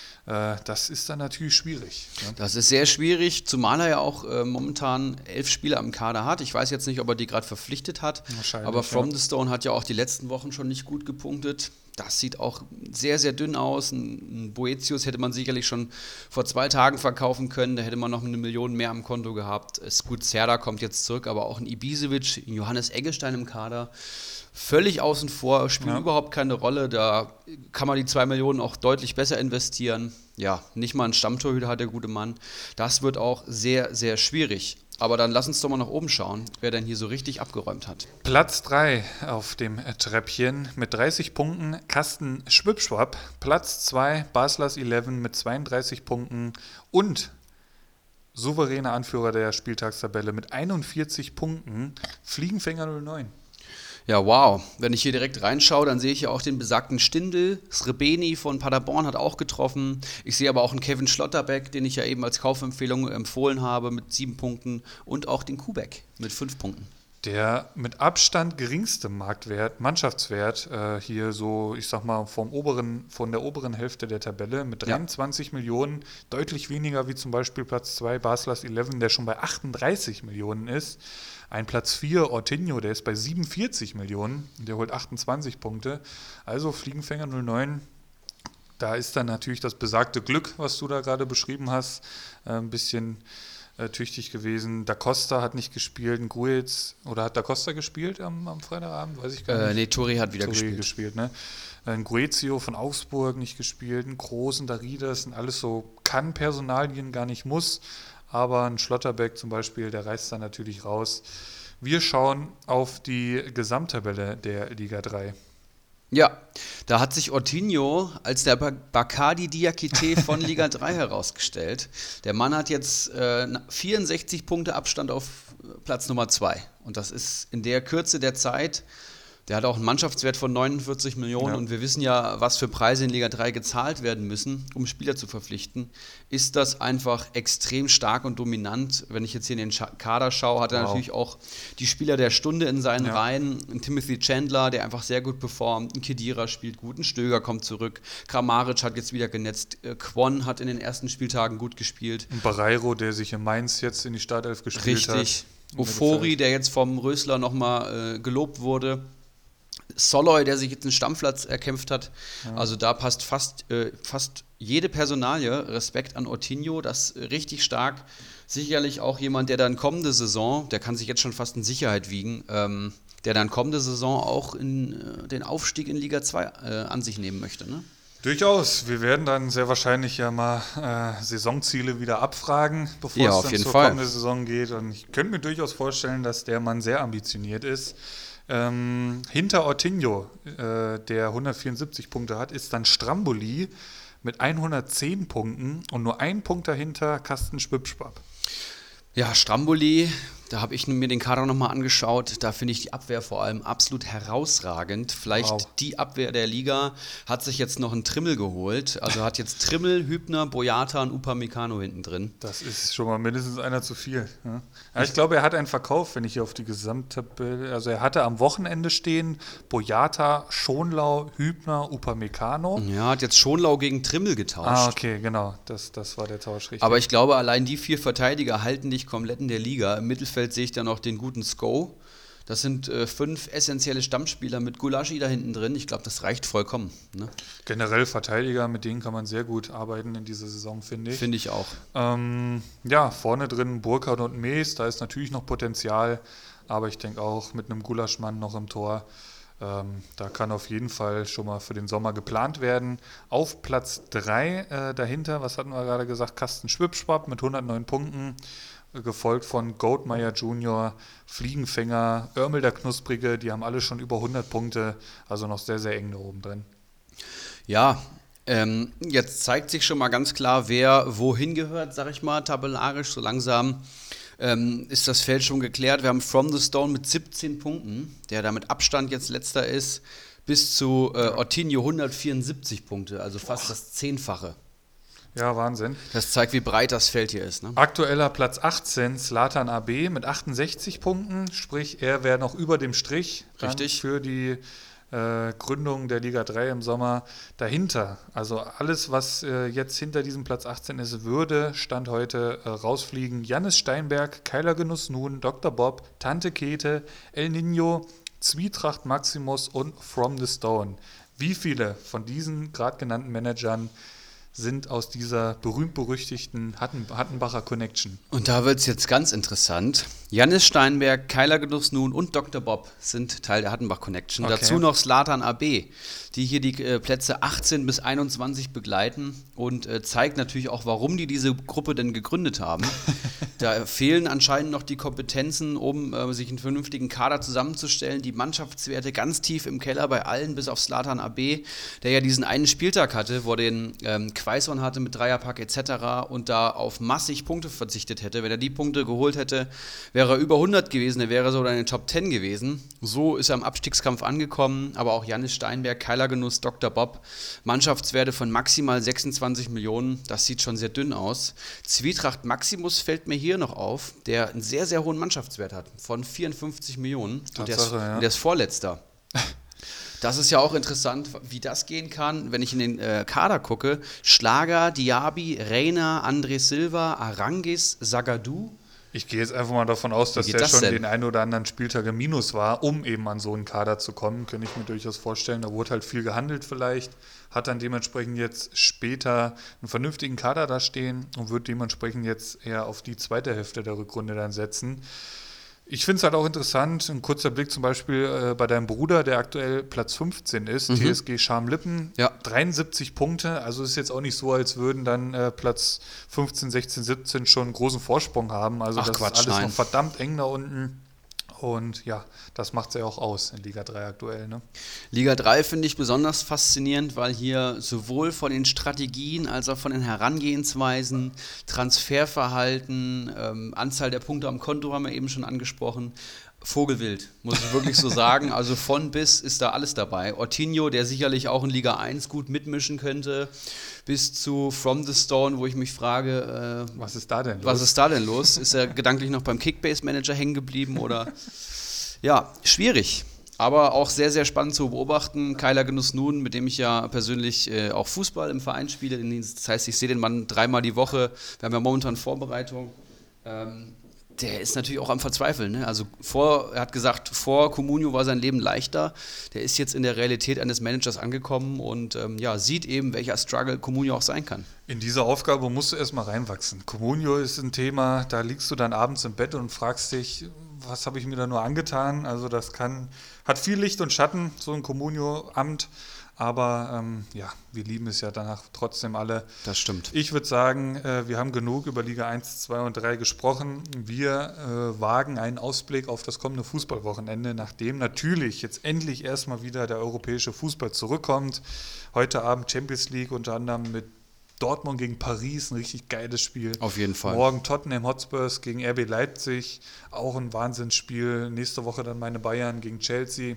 Das ist dann natürlich schwierig. Ne? Das ist sehr schwierig, zumal er ja auch momentan 11 Spieler am Kader hat. Ich weiß jetzt nicht, ob er die gerade verpflichtet hat, aber From the Stone hat ja auch die letzten Wochen schon nicht gut gepunktet. Das sieht auch sehr, sehr dünn aus. Ein Boetius hätte man sicherlich schon vor 2 Tagen verkaufen können. Da hätte man noch 1 Million mehr am Konto gehabt. Gut, Serda kommt jetzt zurück, aber auch ein Ibisevic, ein Johannes Eggestein im Kader. Völlig außen vor, spielt überhaupt keine Rolle. Da kann man die 2 Millionen auch deutlich besser investieren. Ja, nicht mal einen Stammtorhüter hat der gute Mann. Das wird auch sehr, sehr schwierig. Aber dann lass uns doch mal nach oben schauen, wer denn hier so richtig abgeräumt hat. Platz 3 auf dem Treppchen mit 30 Punkten, Carsten Schwipschwapp. Platz 2, Baslers 11 mit 32 Punkten und souveräner Anführer der Spieltagstabelle mit 41 Punkten, Fliegenfänger 09. Ja, wow. Wenn ich hier direkt reinschaue, dann sehe ich ja auch den besagten Stindl. Srebeni von Paderborn hat auch getroffen. Ich sehe aber auch einen Kevin Schlotterbeck, den ich ja eben als Kaufempfehlung empfohlen habe, mit 7 Punkten. Und auch den Kubek mit 5 Punkten. Der mit Abstand geringste Mannschaftswert hier so, ich sag mal, von der oberen Hälfte der Tabelle mit 23 Millionen, deutlich weniger wie zum Beispiel Platz 2 Baslers 11, der schon bei 38 Millionen ist. Ein Platz 4 Ortinho, der ist bei 47 Millionen, der holt 28 Punkte. Also Fliegenfänger 09, da ist dann natürlich das besagte Glück, was du da gerade beschrieben hast, ein bisschen tüchtig gewesen. Da Costa hat nicht gespielt, ein Gruitz, oder hat Da Costa gespielt am Freitagabend? Weiß ich gar nicht. Nee, Tori hat wieder gespielt. Ne? Ein Guezio von Augsburg nicht gespielt, ein Großen, Darida, das sind alles so, kann Personalien gar nicht, muss, aber ein Schlotterbeck zum Beispiel, der reißt dann natürlich raus. Wir schauen auf die Gesamttabelle der Liga 3. Ja, da hat sich Ortinho als der Bacardi Diakite von Liga 3 herausgestellt. Der Mann hat jetzt 64 Punkte Abstand auf Platz Nummer 2. Und das ist in der Kürze der Zeit. Der hat auch einen Mannschaftswert von 49 Millionen und wir wissen ja, was für Preise in Liga 3 gezahlt werden müssen, um Spieler zu verpflichten. Ist das einfach extrem stark und dominant. Wenn ich jetzt hier in den Kader schaue, hat er natürlich auch die Spieler der Stunde in seinen Reihen. Ein Timothy Chandler, der einfach sehr gut performt. Ein Kedira spielt gut, ein Stöger kommt zurück. Kramaric hat jetzt wieder genetzt. Kwon hat in den ersten Spieltagen gut gespielt. Ein Barreiro, der sich in Mainz jetzt in die Startelf gespielt hat. Richtig. Ofori, der jetzt vom Rösler nochmal gelobt wurde. Soloy, der sich jetzt einen Stammplatz erkämpft hat. Ja. Also da passt fast jede Personalie. Respekt an Ortinho, das richtig stark. Sicherlich auch jemand, der dann kommende Saison, der kann sich jetzt schon fast in Sicherheit wiegen, der dann kommende Saison auch in den Aufstieg in Liga 2 an sich nehmen möchte, ne? Durchaus. Wir werden dann sehr wahrscheinlich ja mal Saisonziele wieder abfragen, bevor es dann zur kommenden Saison geht. Und ich könnte mir durchaus vorstellen, dass der Mann sehr ambitioniert ist. Hinter Ortinho, der 174 Punkte hat, ist dann Stramboli mit 110 Punkten und nur ein Punkt dahinter Carsten Schwipschwapp. Ja, Stramboli, da habe ich mir den Kader nochmal angeschaut. Da finde ich die Abwehr vor allem absolut herausragend. Vielleicht die Abwehr der Liga, hat sich jetzt noch einen Trimmel geholt. Also hat jetzt Trimmel, Hübner, Boyata und Upamecano hinten drin. Das ist schon mal mindestens einer zu viel. Ja? Ja, ich glaube, er hat einen Verkauf, wenn ich hier auf die Gesamttabelle, also er hatte am Wochenende stehen Boyata, Schonlau, Hübner, Upamecano. Ja, hat jetzt Schonlau gegen Trimmel getauscht. Ah, okay, genau, das war der Tausch, richtig. Aber ich glaube, allein die 4 Verteidiger halten dich komplett in der Liga. Im Mittelfeld sehe ich dann noch den guten Sko. Das sind 5 essentielle Stammspieler mit Gulaschi da hinten drin. Ich glaube, das reicht vollkommen. Ne? Generell Verteidiger, mit denen kann man sehr gut arbeiten in dieser Saison, finde ich. Finde ich auch. Ja, vorne drin Burkhardt und Mees, da ist natürlich noch Potenzial, aber ich denke auch mit einem Gulaschmann noch im Tor, da kann auf jeden Fall schon mal für den Sommer geplant werden. Auf Platz 3 dahinter, was hatten wir gerade gesagt, Carsten Schwipschwapp mit 109 Punkten, gefolgt von Goldmeier Junior, Fliegenfänger, Örmel der Knusprige, die haben alle schon über 100 Punkte, also noch sehr, sehr eng da oben drin. Ja, jetzt zeigt sich schon mal ganz klar, wer wohin gehört, sag ich mal, tabellarisch. So langsam ist das Feld schon geklärt. Wir haben From the Stone mit 17 Punkten, der da mit Abstand jetzt letzter ist, bis zu Ortinho 174 Punkte, also fast das 10-fache. Ja, Wahnsinn. Das zeigt, wie breit das Feld hier ist. Ne? Aktueller Platz 18, Zlatan AB mit 68 Punkten, sprich, er wäre noch über dem Strich. Richtig. Für die Gründung der Liga 3 im Sommer dahinter. Also alles, was jetzt hinter diesem Platz 18 ist, würde Stand heute rausfliegen. Jannis Steinberg, Keiler Genuss Nun, Dr. Bob, Tante Käthe, El Nino, Zwietracht Maximus und From the Stone. Wie viele von diesen gerade genannten Managern sind aus dieser berühmt-berüchtigten Hattenbacher Connection. Und da wird es jetzt ganz interessant. Jannis Steinberg, Kyler Genuss-Nun und Dr. Bob sind Teil der Hattenbach Connection. Okay. Dazu noch Zlatan AB, die hier die Plätze 18 bis 21 begleiten und zeigt natürlich auch, warum die diese Gruppe denn gegründet haben. Da fehlen anscheinend noch die Kompetenzen, um sich einen vernünftigen Kader zusammenzustellen. Die Mannschaftswerte ganz tief im Keller bei allen, bis auf Zlatan AB, der ja diesen einen Spieltag hatte, wo er den Quaison hatte mit Dreierpack etc. und da auf massig Punkte verzichtet hätte. Wenn er die Punkte geholt hätte, wäre er über 100 gewesen, er wäre sogar in den Top 10 gewesen. So ist er im Abstiegskampf angekommen, aber auch Jannis Steinberg, Kyler Genuss, Dr. Bob, Mannschaftswerte von maximal 26 Millionen, das sieht schon sehr dünn aus. Zwietracht Maximus fällt mir hier noch auf, der einen sehr, sehr hohen Mannschaftswert hat, von 54 Millionen und der ist Vorletzter. Das ist ja auch interessant, wie das gehen kann, wenn ich in den Kader gucke. Schlager, Diaby, Reina, André Silva, Arangis, Zagadou. Ich gehe jetzt einfach mal davon aus, dass der schon den einen oder anderen Spieltag im Minus war, um eben an so einen Kader zu kommen. Könnte ich mir durchaus vorstellen. Da wurde halt viel gehandelt vielleicht, hat dann dementsprechend jetzt später einen vernünftigen Kader da stehen und wird dementsprechend jetzt eher auf die zweite Hälfte der Rückrunde dann setzen. Ich finde es halt auch interessant, ein kurzer Blick zum Beispiel bei deinem Bruder, der aktuell Platz 15 ist, TSG Scharmlippen, 73 Punkte, also ist jetzt auch nicht so, als würden dann Platz 15, 16, 17 schon einen großen Vorsprung haben, also das ist alles noch verdammt eng da unten. Und ja, das macht es ja auch aus in Liga 3 aktuell. Ne? Liga 3 finde ich besonders faszinierend, weil hier sowohl von den Strategien als auch von den Herangehensweisen, Transferverhalten, Anzahl der Punkte am Konto haben wir eben schon angesprochen, Vogelwild, muss ich wirklich so sagen. Also von bis ist da alles dabei. Ortinho, der sicherlich auch in Liga 1 gut mitmischen könnte, bis zu From the Stone, wo ich mich frage, was ist da denn los? Ist er gedanklich noch beim Kickbase-Manager hängen geblieben oder? Ja, schwierig. Aber auch sehr, sehr spannend zu beobachten. Kyler Genuss-Nun, mit dem ich ja persönlich auch Fußball im Verein spiele. Das heißt, ich sehe den Mann 3-mal die Woche. Wir haben ja momentan Vorbereitung. Der ist natürlich auch am Verzweifeln. Ne? Also er hat gesagt, vor Comunio war sein Leben leichter. Der ist jetzt in der Realität eines Managers angekommen und sieht eben, welcher Struggle Comunio auch sein kann. In diese Aufgabe musst du erstmal reinwachsen. Comunio ist ein Thema, da liegst du dann abends im Bett und fragst dich, was habe ich mir da nur angetan? Also das hat viel Licht und Schatten, so ein Comunio-Amt. Aber wir lieben es ja danach trotzdem alle. Das stimmt. Ich würde sagen, wir haben genug über Liga 1, 2 und 3 gesprochen. Wir wagen einen Ausblick auf das kommende Fußballwochenende, nachdem natürlich jetzt endlich erstmal wieder der europäische Fußball zurückkommt. Heute Abend Champions League unter anderem mit Dortmund gegen Paris, ein richtig geiles Spiel. Auf jeden Fall. Morgen Tottenham Hotspurs gegen RB Leipzig, auch ein Wahnsinnsspiel. Nächste Woche dann meine Bayern gegen Chelsea.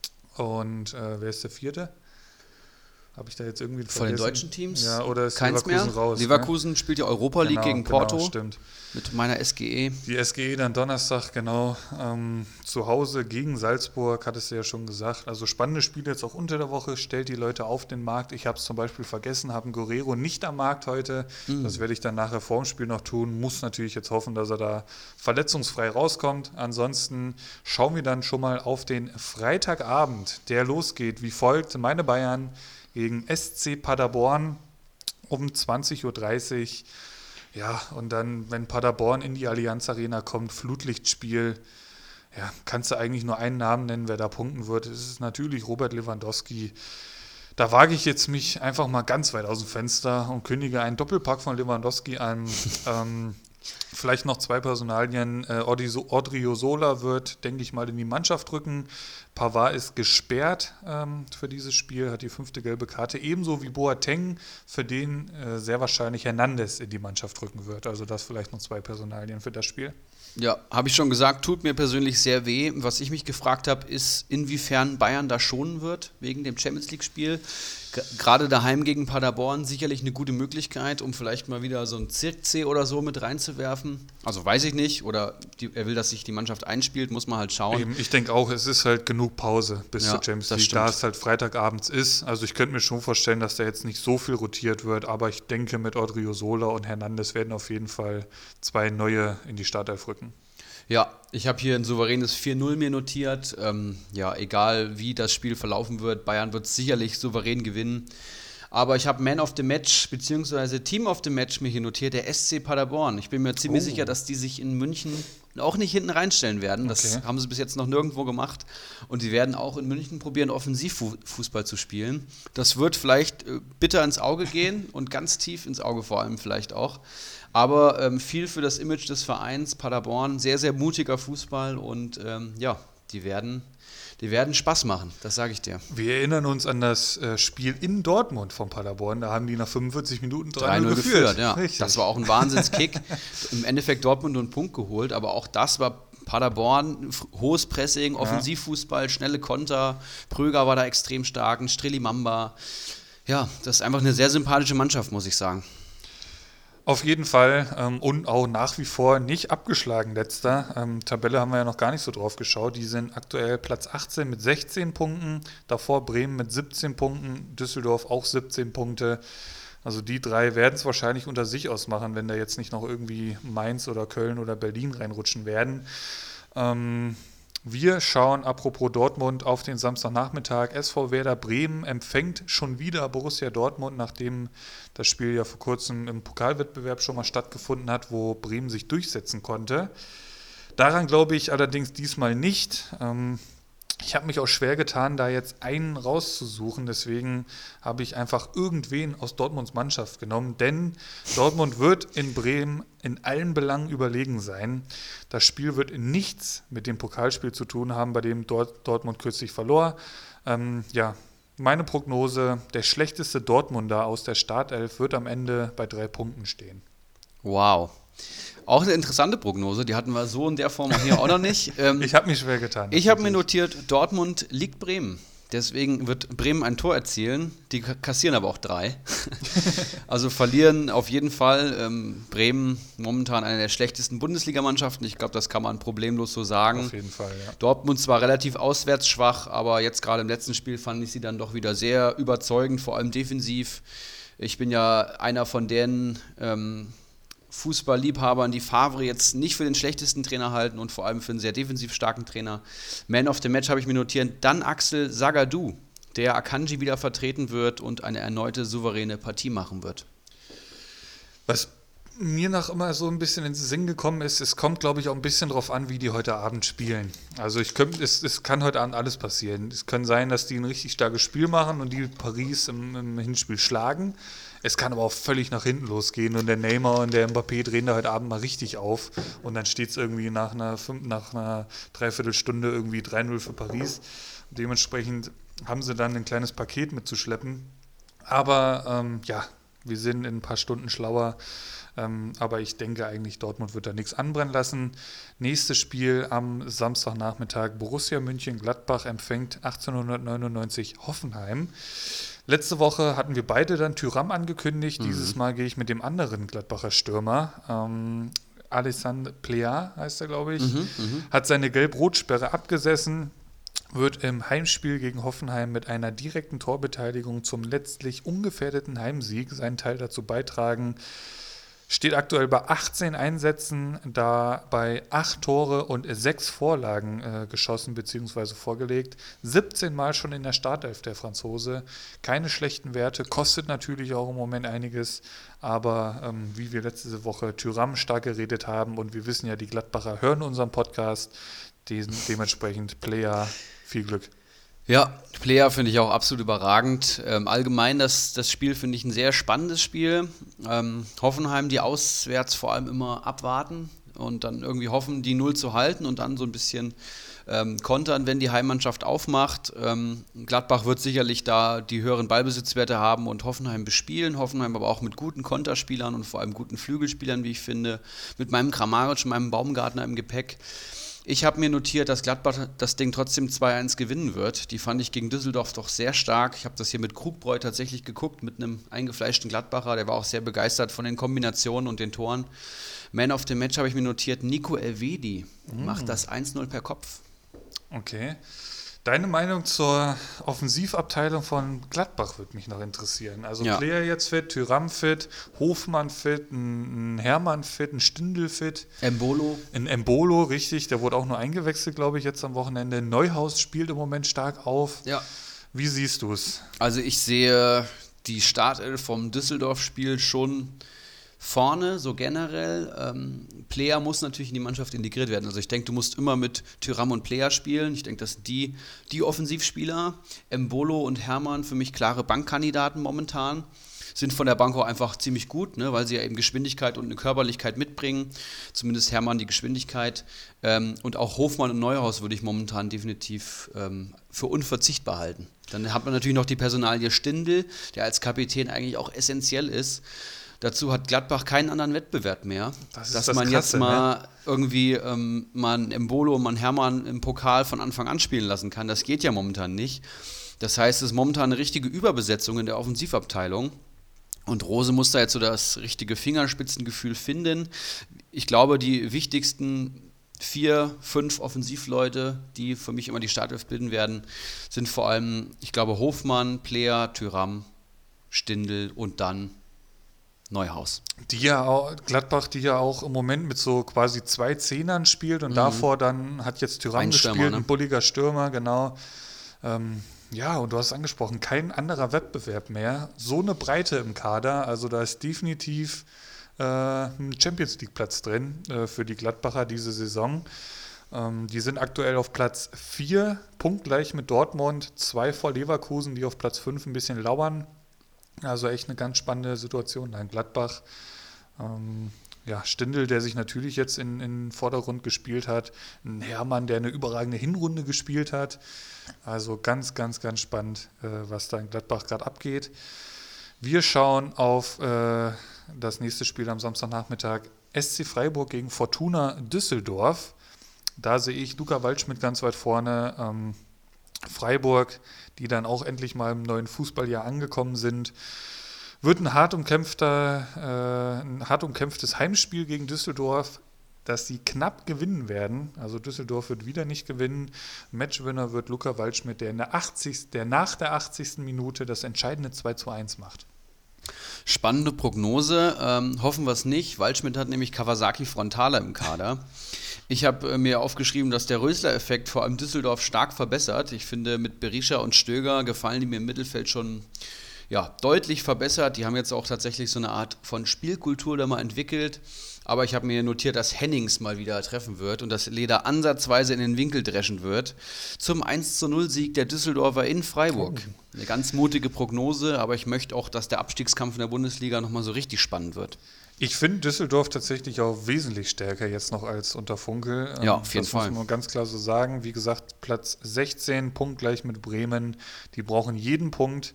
Und wer ist der vierte? Habe ich da jetzt irgendwie von den deutschen Teams? Ja, oder ist keins Leverkusen mehr. raus? Leverkusen spielt ja Europa League gegen Porto. Genau, stimmt. Mit meiner SGE. Die SGE dann Donnerstag, genau, zu Hause gegen Salzburg, hattest du ja schon gesagt. Also spannende Spiele jetzt auch unter der Woche, stellt die Leute auf den Markt. Ich habe es zum Beispiel vergessen, habe einen Guerrero nicht am Markt heute. Das werde ich dann nachher vor dem Spiel noch tun. Muss natürlich jetzt hoffen, dass er da verletzungsfrei rauskommt. Ansonsten schauen wir dann schon mal auf den Freitagabend, der losgeht wie folgt. Meine Bayern gegen SC Paderborn um 20.30 Uhr. Ja, und dann, wenn Paderborn in die Allianz Arena kommt, Flutlichtspiel, ja, kannst du eigentlich nur einen Namen nennen, wer da punkten wird. Es ist natürlich Robert Lewandowski. Da wage ich jetzt mich einfach mal ganz weit aus dem Fenster und kündige einen Doppelpack von Lewandowski an. Vielleicht noch 2 Personalien. Odriozola wird, denke ich mal, in die Mannschaft rücken. Pavard ist gesperrt für dieses Spiel, hat die 5. gelbe Karte. Ebenso wie Boateng, für den sehr wahrscheinlich Hernandez in die Mannschaft rücken wird. Also das vielleicht noch 2 Personalien für das Spiel. Ja, habe ich schon gesagt, tut mir persönlich sehr weh. Was ich mich gefragt habe, ist, inwiefern Bayern da schonen wird, wegen dem Champions-League-Spiel. Gerade daheim gegen Paderborn sicherlich eine gute Möglichkeit, um vielleicht mal wieder so ein Zirkzee oder so mit reinzuwerfen. Also weiß ich nicht, oder er will, dass sich die Mannschaft einspielt, muss man halt schauen. Eben, ich denke auch, es ist halt genug Pause bis zur Champions League, da es halt Freitagabends ist. Also ich könnte mir schon vorstellen, dass da jetzt nicht so viel rotiert wird, aber ich denke, mit Odriozola und Hernandez werden auf jeden Fall 2 neue in die Startelf rücken. Ja, ich habe hier ein souveränes 4-0 mir notiert. Egal wie das Spiel verlaufen wird, Bayern wird sicherlich souverän gewinnen. Aber ich habe Man of the Match bzw. Team of the Match mir hier notiert, der SC Paderborn. Ich bin mir ziemlich sicher, dass die sich in München auch nicht hinten reinstellen werden. Das haben sie bis jetzt noch nirgendwo gemacht. Und sie werden auch in München probieren, Offensivfußball zu spielen. Das wird vielleicht bitter ins Auge gehen und ganz tief ins Auge vor allem vielleicht auch. Aber viel für das Image des Vereins Paderborn. Sehr, sehr mutiger Fußball und die werden Spaß machen, das sage ich dir. Wir erinnern uns an das Spiel in Dortmund von Paderborn. Da haben die nach 45 Minuten 3-0 geführt. Ja. Das war auch ein Wahnsinnskick. Im Endeffekt Dortmund einen Punkt geholt, aber auch das war Paderborn, hohes Pressing, Offensivfußball, schnelle Konter. Pröger war da extrem stark, ein Strelimamba. Ja, das ist einfach eine sehr sympathische Mannschaft, muss ich sagen. Auf jeden Fall und auch nach wie vor nicht abgeschlagen, letzter. Tabelle haben wir ja noch gar nicht so drauf geschaut. Die sind aktuell Platz 18 mit 16 Punkten. Davor Bremen mit 17 Punkten, Düsseldorf auch 17 Punkte. Also die drei werden es wahrscheinlich unter sich ausmachen, wenn da jetzt nicht noch irgendwie Mainz oder Köln oder Berlin reinrutschen werden. Wir schauen, apropos Dortmund, auf den Samstagnachmittag. SV Werder Bremen empfängt schon wieder Borussia Dortmund, nachdem das Spiel ja vor kurzem im Pokalwettbewerb schon mal stattgefunden hat, wo Bremen sich durchsetzen konnte. Daran glaube ich allerdings diesmal nicht. Ich habe mich auch schwer getan, da jetzt einen rauszusuchen, deswegen habe ich einfach irgendwen aus Dortmunds Mannschaft genommen, denn Dortmund wird in Bremen in allen Belangen überlegen sein. Das Spiel wird nichts mit dem Pokalspiel zu tun haben, bei dem Dortmund kürzlich verlor. Meine Prognose, der schlechteste Dortmunder aus der Startelf wird am Ende bei 3 Punkten stehen. Wow. Auch eine interessante Prognose, die hatten wir so in der Form hier auch noch nicht. Ich habe mich schwer getan. Ich habe mir notiert, Dortmund liegt Bremen. Deswegen wird Bremen ein Tor erzielen, die kassieren aber auch 3. Also verlieren auf jeden Fall. Bremen momentan eine der schlechtesten Bundesligamannschaften. Ich glaube, das kann man problemlos so sagen. Auf jeden Fall, ja. Dortmund zwar relativ auswärts schwach, aber jetzt gerade im letzten Spiel fand ich sie dann doch wieder sehr überzeugend, vor allem defensiv. Ich bin ja einer von denen Fußballliebhabern, die Favre jetzt nicht für den schlechtesten Trainer halten und vor allem für einen sehr defensiv starken Trainer. Man of the Match habe ich mir notiert. Dann Axel Sagadou, der Akanji wieder vertreten wird und eine erneute souveräne Partie machen wird. Was mir noch immer so ein bisschen in den Sinn gekommen ist, es kommt, glaube ich, auch ein bisschen drauf an, wie die heute Abend spielen. Also es kann heute Abend alles passieren. Es kann sein, dass die ein richtig starkes Spiel machen und die Paris im Hinspiel schlagen. Es kann aber auch völlig nach hinten losgehen und der Neymar und der Mbappé drehen da heute Abend mal richtig auf und dann steht es irgendwie nach einer Dreiviertelstunde irgendwie 3-0 für Paris. Dementsprechend haben sie dann ein kleines Paket mitzuschleppen. Aber wir sind in ein paar Stunden schlauer. Aber ich denke eigentlich, Dortmund wird da nichts anbrennen lassen. Nächstes Spiel am Samstagnachmittag. Borussia Mönchengladbach empfängt 1899 Hoffenheim. Letzte Woche hatten wir beide dann Thuram angekündigt. Dieses Mal gehe ich mit dem anderen Gladbacher Stürmer. Alessandro Plea heißt er, glaube ich. Hat seine Gelb-Rot-Sperre abgesessen. Wird im Heimspiel gegen Hoffenheim mit einer direkten Torbeteiligung zum letztlich ungefährdeten Heimsieg seinen Teil dazu beitragen. Steht aktuell bei 18 Einsätzen, dabei 8 Tore und 6 Vorlagen geschossen bzw. vorgelegt. 17 Mal schon in der Startelf der Franzose. Keine schlechten Werte, kostet natürlich auch im Moment einiges. Aber wie wir letzte Woche Thuram stark geredet haben und wir wissen ja, die Gladbacher hören unseren Podcast, dementsprechend Player, viel Glück. Ja, Player finde ich auch absolut überragend. Allgemein das Spiel finde ich ein sehr spannendes Spiel. Hoffenheim, die auswärts vor allem immer abwarten und dann irgendwie hoffen, die 0 zu halten und dann so ein bisschen kontern, wenn die Heimmannschaft aufmacht. Gladbach wird sicherlich da die höheren Ballbesitzwerte haben und Hoffenheim bespielen. Hoffenheim aber auch mit guten Konterspielern und vor allem guten Flügelspielern, wie ich finde. Mit meinem Kramaric und meinem Baumgartner im Gepäck. Ich habe mir notiert, dass Gladbach das Ding trotzdem 2-1 gewinnen wird. Die fand ich gegen Düsseldorf doch sehr stark. Ich habe das hier mit Krugbräu tatsächlich geguckt, mit einem eingefleischten Gladbacher. Der war auch sehr begeistert von den Kombinationen und den Toren. Man of the Match habe ich mir notiert, Nico Elvedi macht das 1-0 per Kopf. Okay. Deine Meinung zur Offensivabteilung von Gladbach würde mich noch interessieren. Also Player jetzt fit, Thuram fit, Hofmann fit, ein Hermann fit, ein Stindl fit. Ein Embolo, richtig. Der wurde auch nur eingewechselt, glaube ich, jetzt am Wochenende. Neuhaus spielt im Moment stark auf. Ja. Wie siehst du es? Also ich sehe die Startelf vom Düsseldorf-Spiel schon vorne, so generell. Player muss natürlich in die Mannschaft integriert werden. Also ich denke, du musst immer mit Thuram und Player spielen. Ich denke, das sind die Offensivspieler. Embolo und Hermann für mich klare Bankkandidaten momentan. Sind von der Bank auch einfach ziemlich gut, ne, weil sie ja eben Geschwindigkeit und eine Körperlichkeit mitbringen. Zumindest Hermann die Geschwindigkeit. Und auch Hofmann und Neuhaus würde ich momentan definitiv für unverzichtbar halten. Dann hat man natürlich noch die Personalie Stindl, der als Kapitän eigentlich auch essentiell ist. Dazu hat Gladbach keinen anderen Wettbewerb mehr. Dass man Krasse, jetzt mal irgendwie mal einen Embolo und mal einen Hermann im Pokal von Anfang an spielen lassen kann. Das geht ja momentan nicht. Das heißt, es ist momentan eine richtige Überbesetzung in der Offensivabteilung. Und Rose muss da jetzt so das richtige Fingerspitzengefühl finden. Ich glaube, die wichtigsten 4, 5 Offensivleute, die für mich immer die Startelf bilden werden, sind vor allem, ich glaube, Hofmann, Player, Thuram, Stindl und dann Neuhaus. Gladbach, die ja auch im Moment mit so quasi 2 Zehnern spielt und davor dann hat jetzt Thuram gespielt, ein bulliger Stürmer, genau. Ja, und du hast es angesprochen, kein anderer Wettbewerb mehr. So eine Breite im Kader, also da ist definitiv ein Champions-League-Platz drin für die Gladbacher diese Saison. Die sind aktuell auf Platz 4, punktgleich mit Dortmund, 2 vor Leverkusen, die auf Platz 5 ein bisschen lauern. Also echt eine ganz spannende Situation da in Gladbach. Stindl, der sich natürlich jetzt in den Vordergrund gespielt hat. Ein Hermann, der eine überragende Hinrunde gespielt hat. Also ganz, ganz, ganz spannend, was da in Gladbach gerade abgeht. Wir schauen auf das nächste Spiel am Samstagnachmittag. SC Freiburg gegen Fortuna Düsseldorf. Da sehe ich Luca Waldschmidt ganz weit vorne. Freiburg, die dann auch endlich mal im neuen Fußballjahr angekommen sind. Wird ein hart umkämpftes Heimspiel gegen Düsseldorf, das sie knapp gewinnen werden. Also Düsseldorf wird wieder nicht gewinnen. Matchwinner wird Luca Waldschmidt, der nach der 80. Minute das entscheidende 2:1 macht. Spannende Prognose, hoffen wir es nicht. Waldschmidt hat nämlich Kawasaki Frontale im Kader. Ich habe mir aufgeschrieben, dass der Rösler-Effekt vor allem Düsseldorf stark verbessert. Ich finde, mit Berisha und Stöger gefallen die mir im Mittelfeld schon deutlich verbessert. Die haben jetzt auch tatsächlich so eine Art von Spielkultur da mal entwickelt. Aber ich habe mir notiert, dass Hennings mal wieder treffen wird und dass Leder ansatzweise in den Winkel dreschen wird. Zum 1:0-Sieg der Düsseldorfer in Freiburg. Eine ganz mutige Prognose, aber ich möchte auch, dass der Abstiegskampf in der Bundesliga nochmal so richtig spannend wird. Ich finde Düsseldorf tatsächlich auch wesentlich stärker jetzt noch als unter Funkel. Ja, auf jeden Fall. Das muss man ganz klar so sagen. Wie gesagt, Platz 16, punktgleich mit Bremen. Die brauchen jeden Punkt.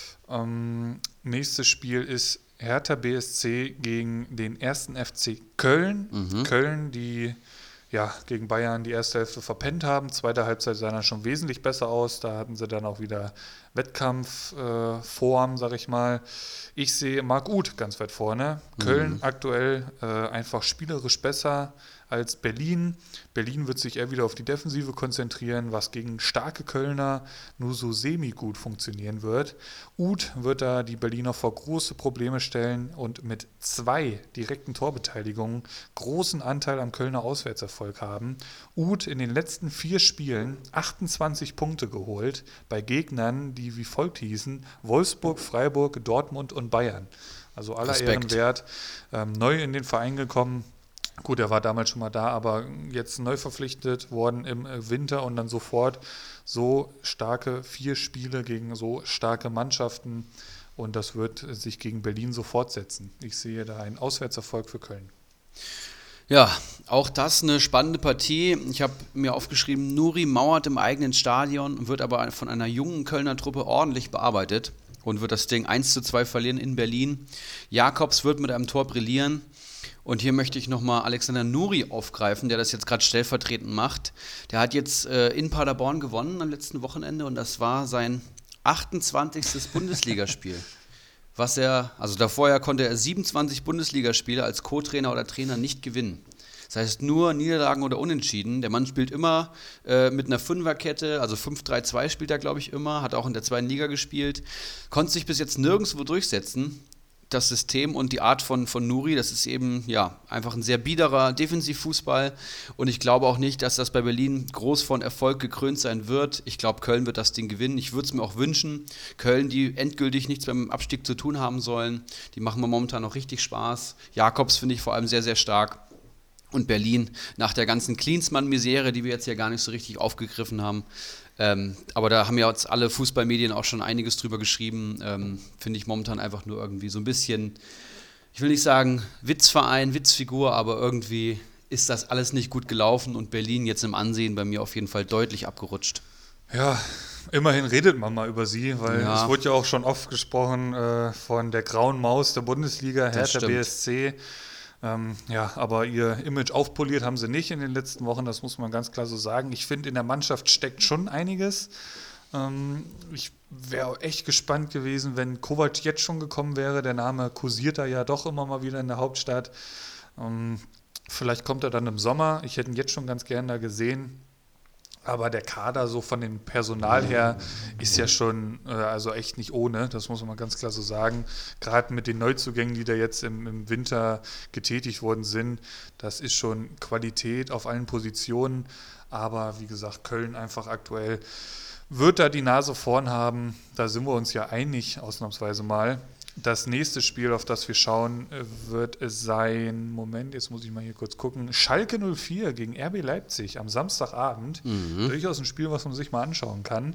Nächstes Spiel ist Hertha BSC gegen den 1. FC Köln. Köln, die gegen Bayern die erste Hälfte verpennt haben. Zweite Halbzeit sah dann schon wesentlich besser aus. Da hatten sie dann auch wieder Wettkampfform, sag ich mal. Ich sehe Marc Uth ganz weit vorne. Köln aktuell einfach spielerisch besser als Berlin. Berlin wird sich eher wieder auf die Defensive konzentrieren, was gegen starke Kölner nur so semi-gut funktionieren wird. Uth wird da die Berliner vor große Probleme stellen und mit 2 direkten Torbeteiligungen großen Anteil am Kölner Auswärtserfolg haben. Uth in den letzten 4 Spielen 28 Punkte geholt bei Gegnern, die wie folgt hießen: Wolfsburg, Freiburg, Dortmund und Bayern. Also aller Ehren wert. Neu in den Verein gekommen. Gut, er war damals schon mal da, aber jetzt neu verpflichtet worden im Winter und dann sofort so starke 4 Spiele gegen so starke Mannschaften und das wird sich gegen Berlin so fortsetzen. Ich sehe da einen Auswärtserfolg für Köln. Ja, auch das eine spannende Partie. Ich habe mir aufgeschrieben, Nuri mauert im eigenen Stadion, wird aber von einer jungen Kölner Truppe ordentlich bearbeitet und wird das Ding 1:2 verlieren in Berlin. Jakobs wird mit einem Tor brillieren. Und hier möchte ich nochmal Alexander Nuri aufgreifen, der das jetzt gerade stellvertretend macht. Der hat jetzt in Paderborn gewonnen am letzten Wochenende und das war sein 28. Bundesligaspiel. Davor konnte er 27 Bundesligaspiele als Co-Trainer oder Trainer nicht gewinnen. Das heißt nur Niederlagen oder Unentschieden. Der Mann spielt immer mit einer Fünferkette, also 5-3-2 spielt er, glaube ich, immer, hat auch in der 2. Liga gespielt, konnte sich bis jetzt nirgendwo durchsetzen. das System und die Art von Nuri, das ist eben ja einfach ein sehr biederer Defensivfußball und ich glaube auch nicht, dass das bei Berlin groß von Erfolg gekrönt sein wird. Ich glaube, Köln wird das Ding gewinnen. Ich würde es mir auch wünschen. Köln, die endgültig nichts beim Abstieg zu tun haben sollen, die machen mir momentan noch richtig Spaß. Jakobs finde ich vor allem sehr, sehr stark. Und Berlin, nach der ganzen Klinsmann-Misere, die wir jetzt ja gar nicht so richtig aufgegriffen haben, aber da haben ja jetzt alle Fußballmedien auch schon einiges drüber geschrieben, finde ich momentan einfach nur irgendwie so ein bisschen, ich will nicht sagen Witzverein, Witzfigur, aber irgendwie ist das alles nicht gut gelaufen und Berlin jetzt im Ansehen bei mir auf jeden Fall deutlich abgerutscht. Ja, immerhin redet man mal über sie, weil es wurde ja auch schon oft gesprochen von der grauen Maus der Bundesliga, Hertha BSC. Aber ihr Image aufpoliert haben sie nicht in den letzten Wochen, das muss man ganz klar so sagen. Ich finde, in der Mannschaft steckt schon einiges. Ich wäre echt gespannt gewesen, wenn Kovac jetzt schon gekommen wäre. Der Name kursiert da ja doch immer mal wieder in der Hauptstadt. Vielleicht kommt er dann im Sommer. Ich hätte ihn jetzt schon ganz gern da gesehen. Aber der Kader so von dem Personal her ist ja schon also echt nicht ohne, das muss man mal ganz klar so sagen. Gerade mit den Neuzugängen, die da jetzt im Winter getätigt worden sind, das ist schon Qualität auf allen Positionen. Aber wie gesagt, Köln einfach aktuell wird da die Nase vorn haben. Da sind wir uns ja einig, ausnahmsweise mal. Das nächste Spiel, auf das wir schauen, wird es sein, Moment, jetzt muss ich mal hier kurz gucken, Schalke 04 gegen RB Leipzig am Samstagabend. Durchaus ein Spiel, was man sich mal anschauen kann.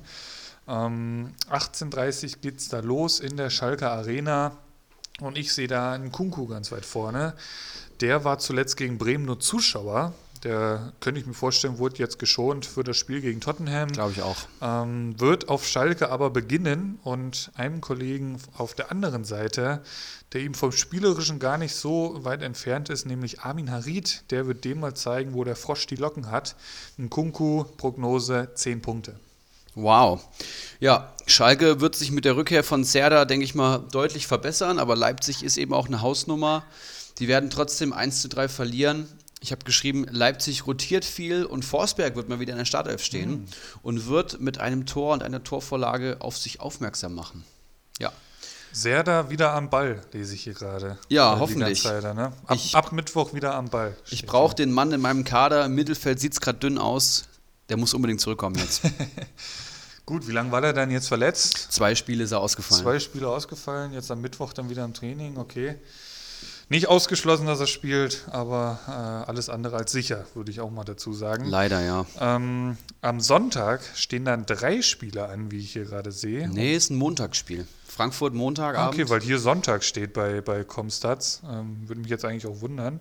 18:30 Uhr geht es da los in der Schalke Arena und ich sehe da einen Kunku ganz weit vorne. Der war zuletzt gegen Bremen nur Zuschauer. Der, könnte ich mir vorstellen, wurde jetzt geschont für das Spiel gegen Tottenham. Glaube ich auch. Wird auf Schalke aber beginnen und einem Kollegen auf der anderen Seite, der ihm vom Spielerischen gar nicht so weit entfernt ist, nämlich Armin Harid, der wird dem mal zeigen, wo der Frosch die Locken hat. Nkunku, Prognose 10 Punkte. Wow. Ja, Schalke wird sich mit der Rückkehr von Serdar, denke ich mal, deutlich verbessern, aber Leipzig ist eben auch eine Hausnummer. Die werden trotzdem 1:3 verlieren. Ich habe geschrieben, Leipzig rotiert viel und Forsberg wird mal wieder in der Startelf stehen und wird mit einem Tor und einer Torvorlage auf sich aufmerksam machen. Ja. Serdar wieder am Ball, lese ich hier gerade. Ja, hoffentlich. Ne? Ab Mittwoch wieder am Ball. Ich brauche den Mann in meinem Kader. Im Mittelfeld sieht es gerade dünn aus. Der muss unbedingt zurückkommen jetzt. Gut, wie lange war der dann jetzt verletzt? 2 Spiele ist er ausgefallen. 2 Spiele ausgefallen, jetzt am Mittwoch dann wieder im Training, okay. Nicht ausgeschlossen, dass er spielt, aber alles andere als sicher, würde ich auch mal dazu sagen. Leider, ja. Am Sonntag stehen dann 3 Spiele an, wie ich hier gerade sehe. Nee, ist ein Montagsspiel. Frankfurt Montagabend. Okay, weil hier Sonntag steht bei Comstats. Würde mich jetzt eigentlich auch wundern.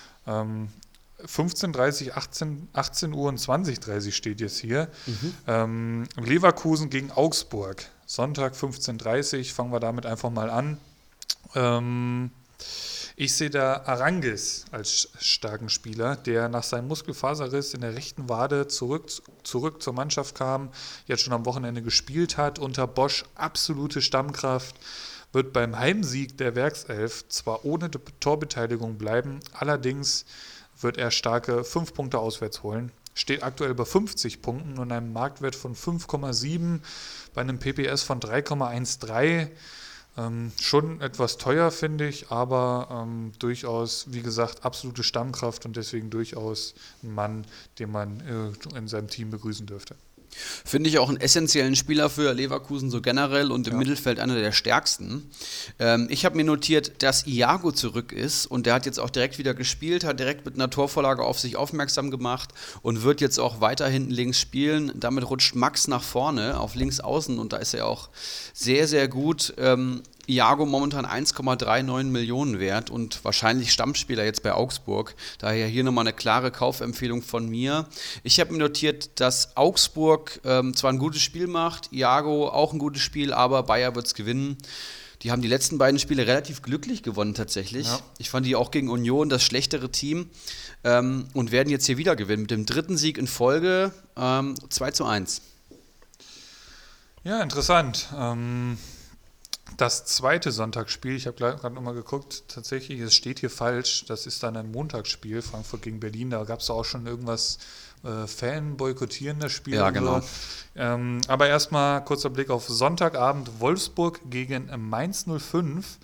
15:30 Uhr, 18 Uhr und 20:30 Uhr steht jetzt hier. Leverkusen gegen Augsburg. Sonntag 15:30 Uhr, fangen wir damit einfach mal an. Ich sehe da Arangis als starken Spieler, der nach seinem Muskelfaserriss in der rechten Wade zurück zur Mannschaft kam, jetzt schon am Wochenende gespielt hat, unter Bosch absolute Stammkraft, wird beim Heimsieg der Werkself zwar ohne Torbeteiligung bleiben, allerdings wird er starke 5 Punkte auswärts holen. Steht aktuell bei 50 Punkten und einem Marktwert von 5,7 bei einem PPS von 3,13. Schon etwas teuer, finde ich, aber durchaus, wie gesagt, absolute Stammkraft und deswegen durchaus ein Mann, den man in seinem Team begrüßen dürfte. Finde ich auch einen essentiellen Spieler für Leverkusen so generell und im Mittelfeld einer der stärksten. Ich habe mir notiert, dass Iago zurück ist und der hat jetzt auch direkt wieder gespielt, hat direkt mit einer Torvorlage auf sich aufmerksam gemacht und wird jetzt auch weiter hinten links spielen. Damit rutscht Max nach vorne auf links außen und da ist er auch sehr, sehr gut. Iago momentan 1,39 Millionen wert und wahrscheinlich Stammspieler jetzt bei Augsburg. Daher hier nochmal eine klare Kaufempfehlung von mir. Ich habe mir notiert, dass Augsburg zwar ein gutes Spiel macht, Iago auch ein gutes Spiel, aber Bayer wird es gewinnen. Die haben die letzten beiden Spiele relativ glücklich gewonnen tatsächlich. Ja. Ich fand die auch gegen Union das schlechtere Team und werden jetzt hier wieder gewinnen mit dem 3. Sieg in Folge 2:1. Ja, interessant. Das zweite Sonntagsspiel, ich habe gerade nochmal geguckt, tatsächlich, es steht hier falsch, das ist dann ein Montagsspiel, Frankfurt gegen Berlin, da gab es auch schon irgendwas Fan boykottieren das Spiel. Ja, genau. So. Aber erstmal kurzer Blick auf Sonntagabend, Wolfsburg gegen Mainz 05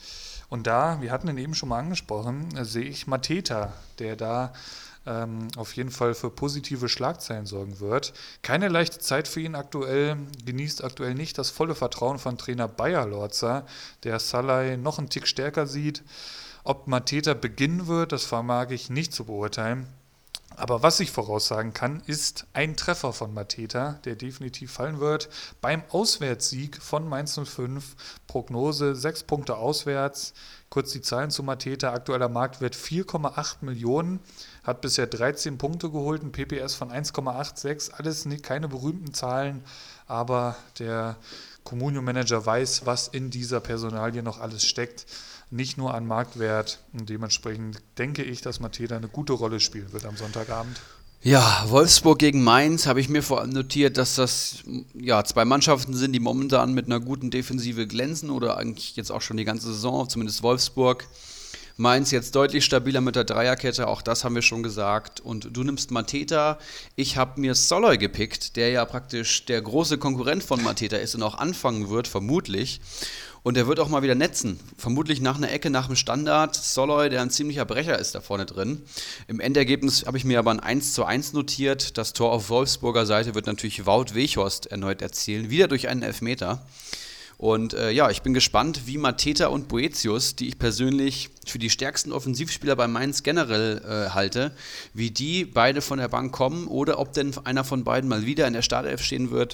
Und da, wir hatten ihn eben schon mal angesprochen, sehe ich Mateta, der da auf jeden Fall für positive Schlagzeilen sorgen wird. Keine leichte Zeit für ihn aktuell, genießt aktuell nicht das volle Vertrauen von Trainer Bayer Lorzer, der Szalai noch einen Tick stärker sieht. Ob Mateta beginnen wird, das vermag ich nicht zu beurteilen. Aber was ich voraussagen kann, ist ein Treffer von Mateta, der definitiv fallen wird. Beim Auswärtssieg von Mainz 05, Prognose 6 Punkte auswärts. Kurz die Zahlen zu Mateta, aktueller Marktwert 4,8 Millionen, hat bisher 13 Punkte geholt, ein PPS von 1,86, alles keine berühmten Zahlen, aber der Comunio-Manager weiß, was in dieser Personalie noch alles steckt. Nicht nur an Marktwert, und dementsprechend denke ich, dass Mateta eine gute Rolle spielen wird am Sonntagabend. Ja, Wolfsburg gegen Mainz habe ich mir vor allem notiert, dass das zwei Mannschaften sind, die momentan mit einer guten Defensive glänzen oder eigentlich jetzt auch schon die ganze Saison, zumindest Wolfsburg. Mainz jetzt deutlich stabiler mit der Dreierkette, auch das haben wir schon gesagt. Und du nimmst Mateta, ich habe mir Szalai gepickt, der ja praktisch der große Konkurrent von Mateta ist und auch anfangen wird, vermutlich. Und er wird auch mal wieder netzen, vermutlich nach einer Ecke, nach dem Standard. Szalai, der ein ziemlicher Brecher ist da vorne drin. Im Endergebnis habe ich mir aber ein 1:1 notiert. Das Tor auf Wolfsburger Seite wird natürlich Wout Weghorst erneut erzielen, wieder durch einen Elfmeter. Und ich bin gespannt, wie Mateta und Boetius, die ich persönlich für die stärksten Offensivspieler bei Mainz generell halte, wie die beide von der Bank kommen oder ob denn einer von beiden mal wieder in der Startelf stehen wird.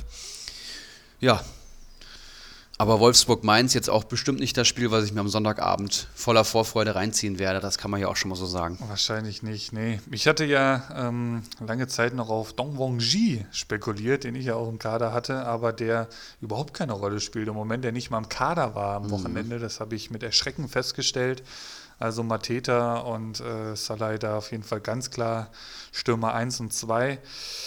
Ja, aber Wolfsburg-Mainz jetzt auch bestimmt nicht das Spiel, was ich mir am Sonntagabend voller Vorfreude reinziehen werde. Das kann man ja auch schon mal so sagen. Wahrscheinlich nicht, nee. Ich hatte ja lange Zeit noch auf Dong Won-ji spekuliert, den ich ja auch im Kader hatte, aber der überhaupt keine Rolle spielt im Moment, der nicht mal im Kader war am Wochenende. Das habe ich mit Erschrecken festgestellt. Also Mateta und Szalai da auf jeden Fall ganz klar Stürmer 1 und 2.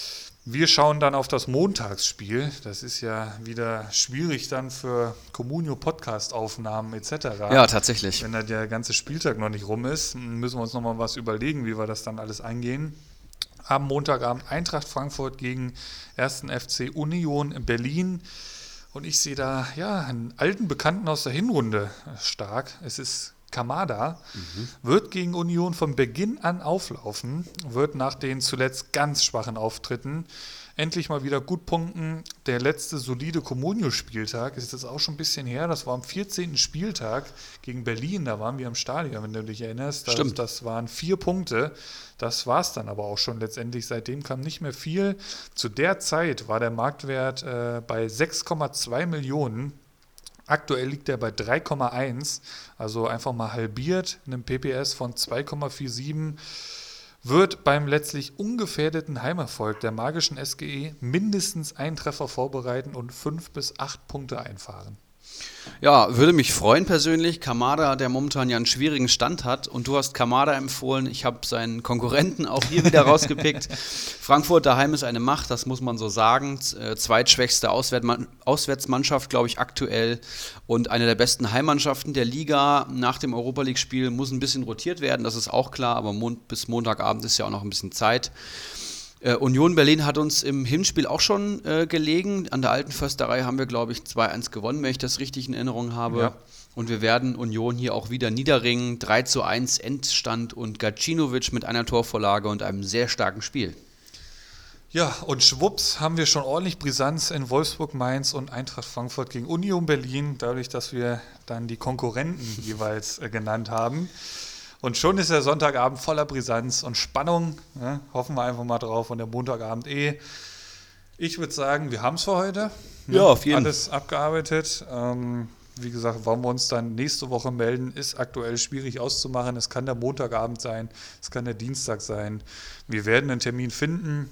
Wir schauen dann auf das Montagsspiel. Das ist ja wieder schwierig dann für Comunio-Podcast-Aufnahmen etc. Ja, tatsächlich. Wenn da der ganze Spieltag noch nicht rum ist, müssen wir uns nochmal was überlegen, wie wir das dann alles angehen. Am Montagabend Eintracht Frankfurt gegen 1. FC Union in Berlin. Und ich sehe da einen alten Bekannten aus der Hinrunde stark. Es ist Kamada, wird gegen Union von Beginn an auflaufen, wird nach den zuletzt ganz schwachen Auftritten endlich mal wieder gut punkten. Der letzte solide Comunio-Spieltag ist jetzt auch schon ein bisschen her, das war am 14. Spieltag gegen Berlin, da waren wir im Stadion, wenn du dich erinnerst. Stimmt. Das waren 4 Punkte, das war es dann aber auch schon letztendlich, seitdem kam nicht mehr viel. Zu der Zeit war der Marktwert bei 6,2 Millionen. Aktuell liegt er bei 3,1, also einfach mal halbiert, einem PPS von 2,47, wird beim letztlich ungefährdeten Heimerfolg der magischen SGE mindestens einen Treffer vorbereiten und 5 bis 8 Punkte einfahren. Ja, würde mich freuen persönlich. Kamada, der momentan ja einen schwierigen Stand hat und du hast Kamada empfohlen. Ich habe seinen Konkurrenten auch hier wieder rausgepickt. Frankfurt daheim ist eine Macht, das muss man so sagen. Zweitschwächste Auswärtsmannschaft, glaube ich, aktuell und eine der besten Heimmannschaften der Liga. Nach dem Europa-League-Spiel muss ein bisschen rotiert werden, das ist auch klar, aber bis Montagabend ist ja auch noch ein bisschen Zeit. Union Berlin hat uns im Hinspiel auch schon gelegen. An der alten Försterei haben wir, glaube ich, 2:1 gewonnen, wenn ich das richtig in Erinnerung habe. Ja. Und wir werden Union hier auch wieder niederringen. 3:1 Endstand und Gacinovic mit einer Torvorlage und einem sehr starken Spiel. Ja, und schwupps haben wir schon ordentlich Brisanz in Wolfsburg, Mainz und Eintracht Frankfurt gegen Union Berlin, dadurch, dass wir dann die Konkurrenten jeweils genannt haben. Und schon ist der Sonntagabend voller Brisanz und Spannung. Ja, hoffen wir einfach mal drauf. Und der Montagabend Ich würde sagen, wir haben es für heute. Ja, auf jeden Fall. Alles abgearbeitet. Wie gesagt, wollen wir uns dann nächste Woche melden, ist aktuell schwierig auszumachen. Es kann der Montagabend sein, es kann der Dienstag sein. Wir werden einen Termin finden.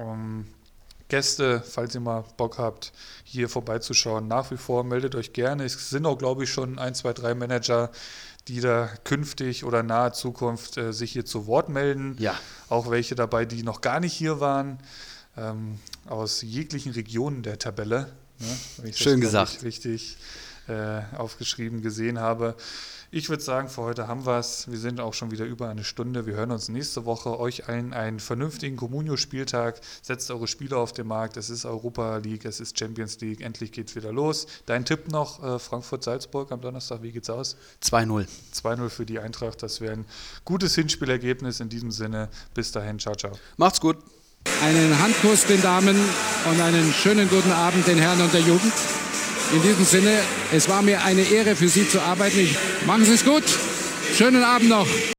Gäste, falls ihr mal Bock habt, hier vorbeizuschauen, nach wie vor meldet euch gerne. Es sind auch, glaube ich, schon 1, 2, 3 Manager, die da künftig oder nahe Zukunft sich hier zu Wort melden. Ja. Auch welche dabei, die noch gar nicht hier waren, aus jeglichen Regionen der Tabelle. Ne? Schön gesagt. Wichtig aufgeschrieben gesehen habe. Ich würde sagen, für heute haben wir es. Wir sind auch schon wieder über eine Stunde. Wir hören uns nächste Woche. Euch allen einen vernünftigen Comunio-Spieltag. Setzt eure Spiele auf den Markt. Es ist Europa League, es ist Champions League. Endlich geht's wieder los. Dein Tipp noch, Frankfurt-Salzburg am Donnerstag. Wie geht's aus? 2-0. 2-0 für die Eintracht. Das wäre ein gutes Hinspielergebnis. In diesem Sinne, bis dahin. Ciao, ciao. Macht's gut. Einen Handkuss den Damen und einen schönen guten Abend den Herren und der Jugend. In diesem Sinne, es war mir eine Ehre, für Sie zu arbeiten. Machen Sie es gut. Schönen Abend noch.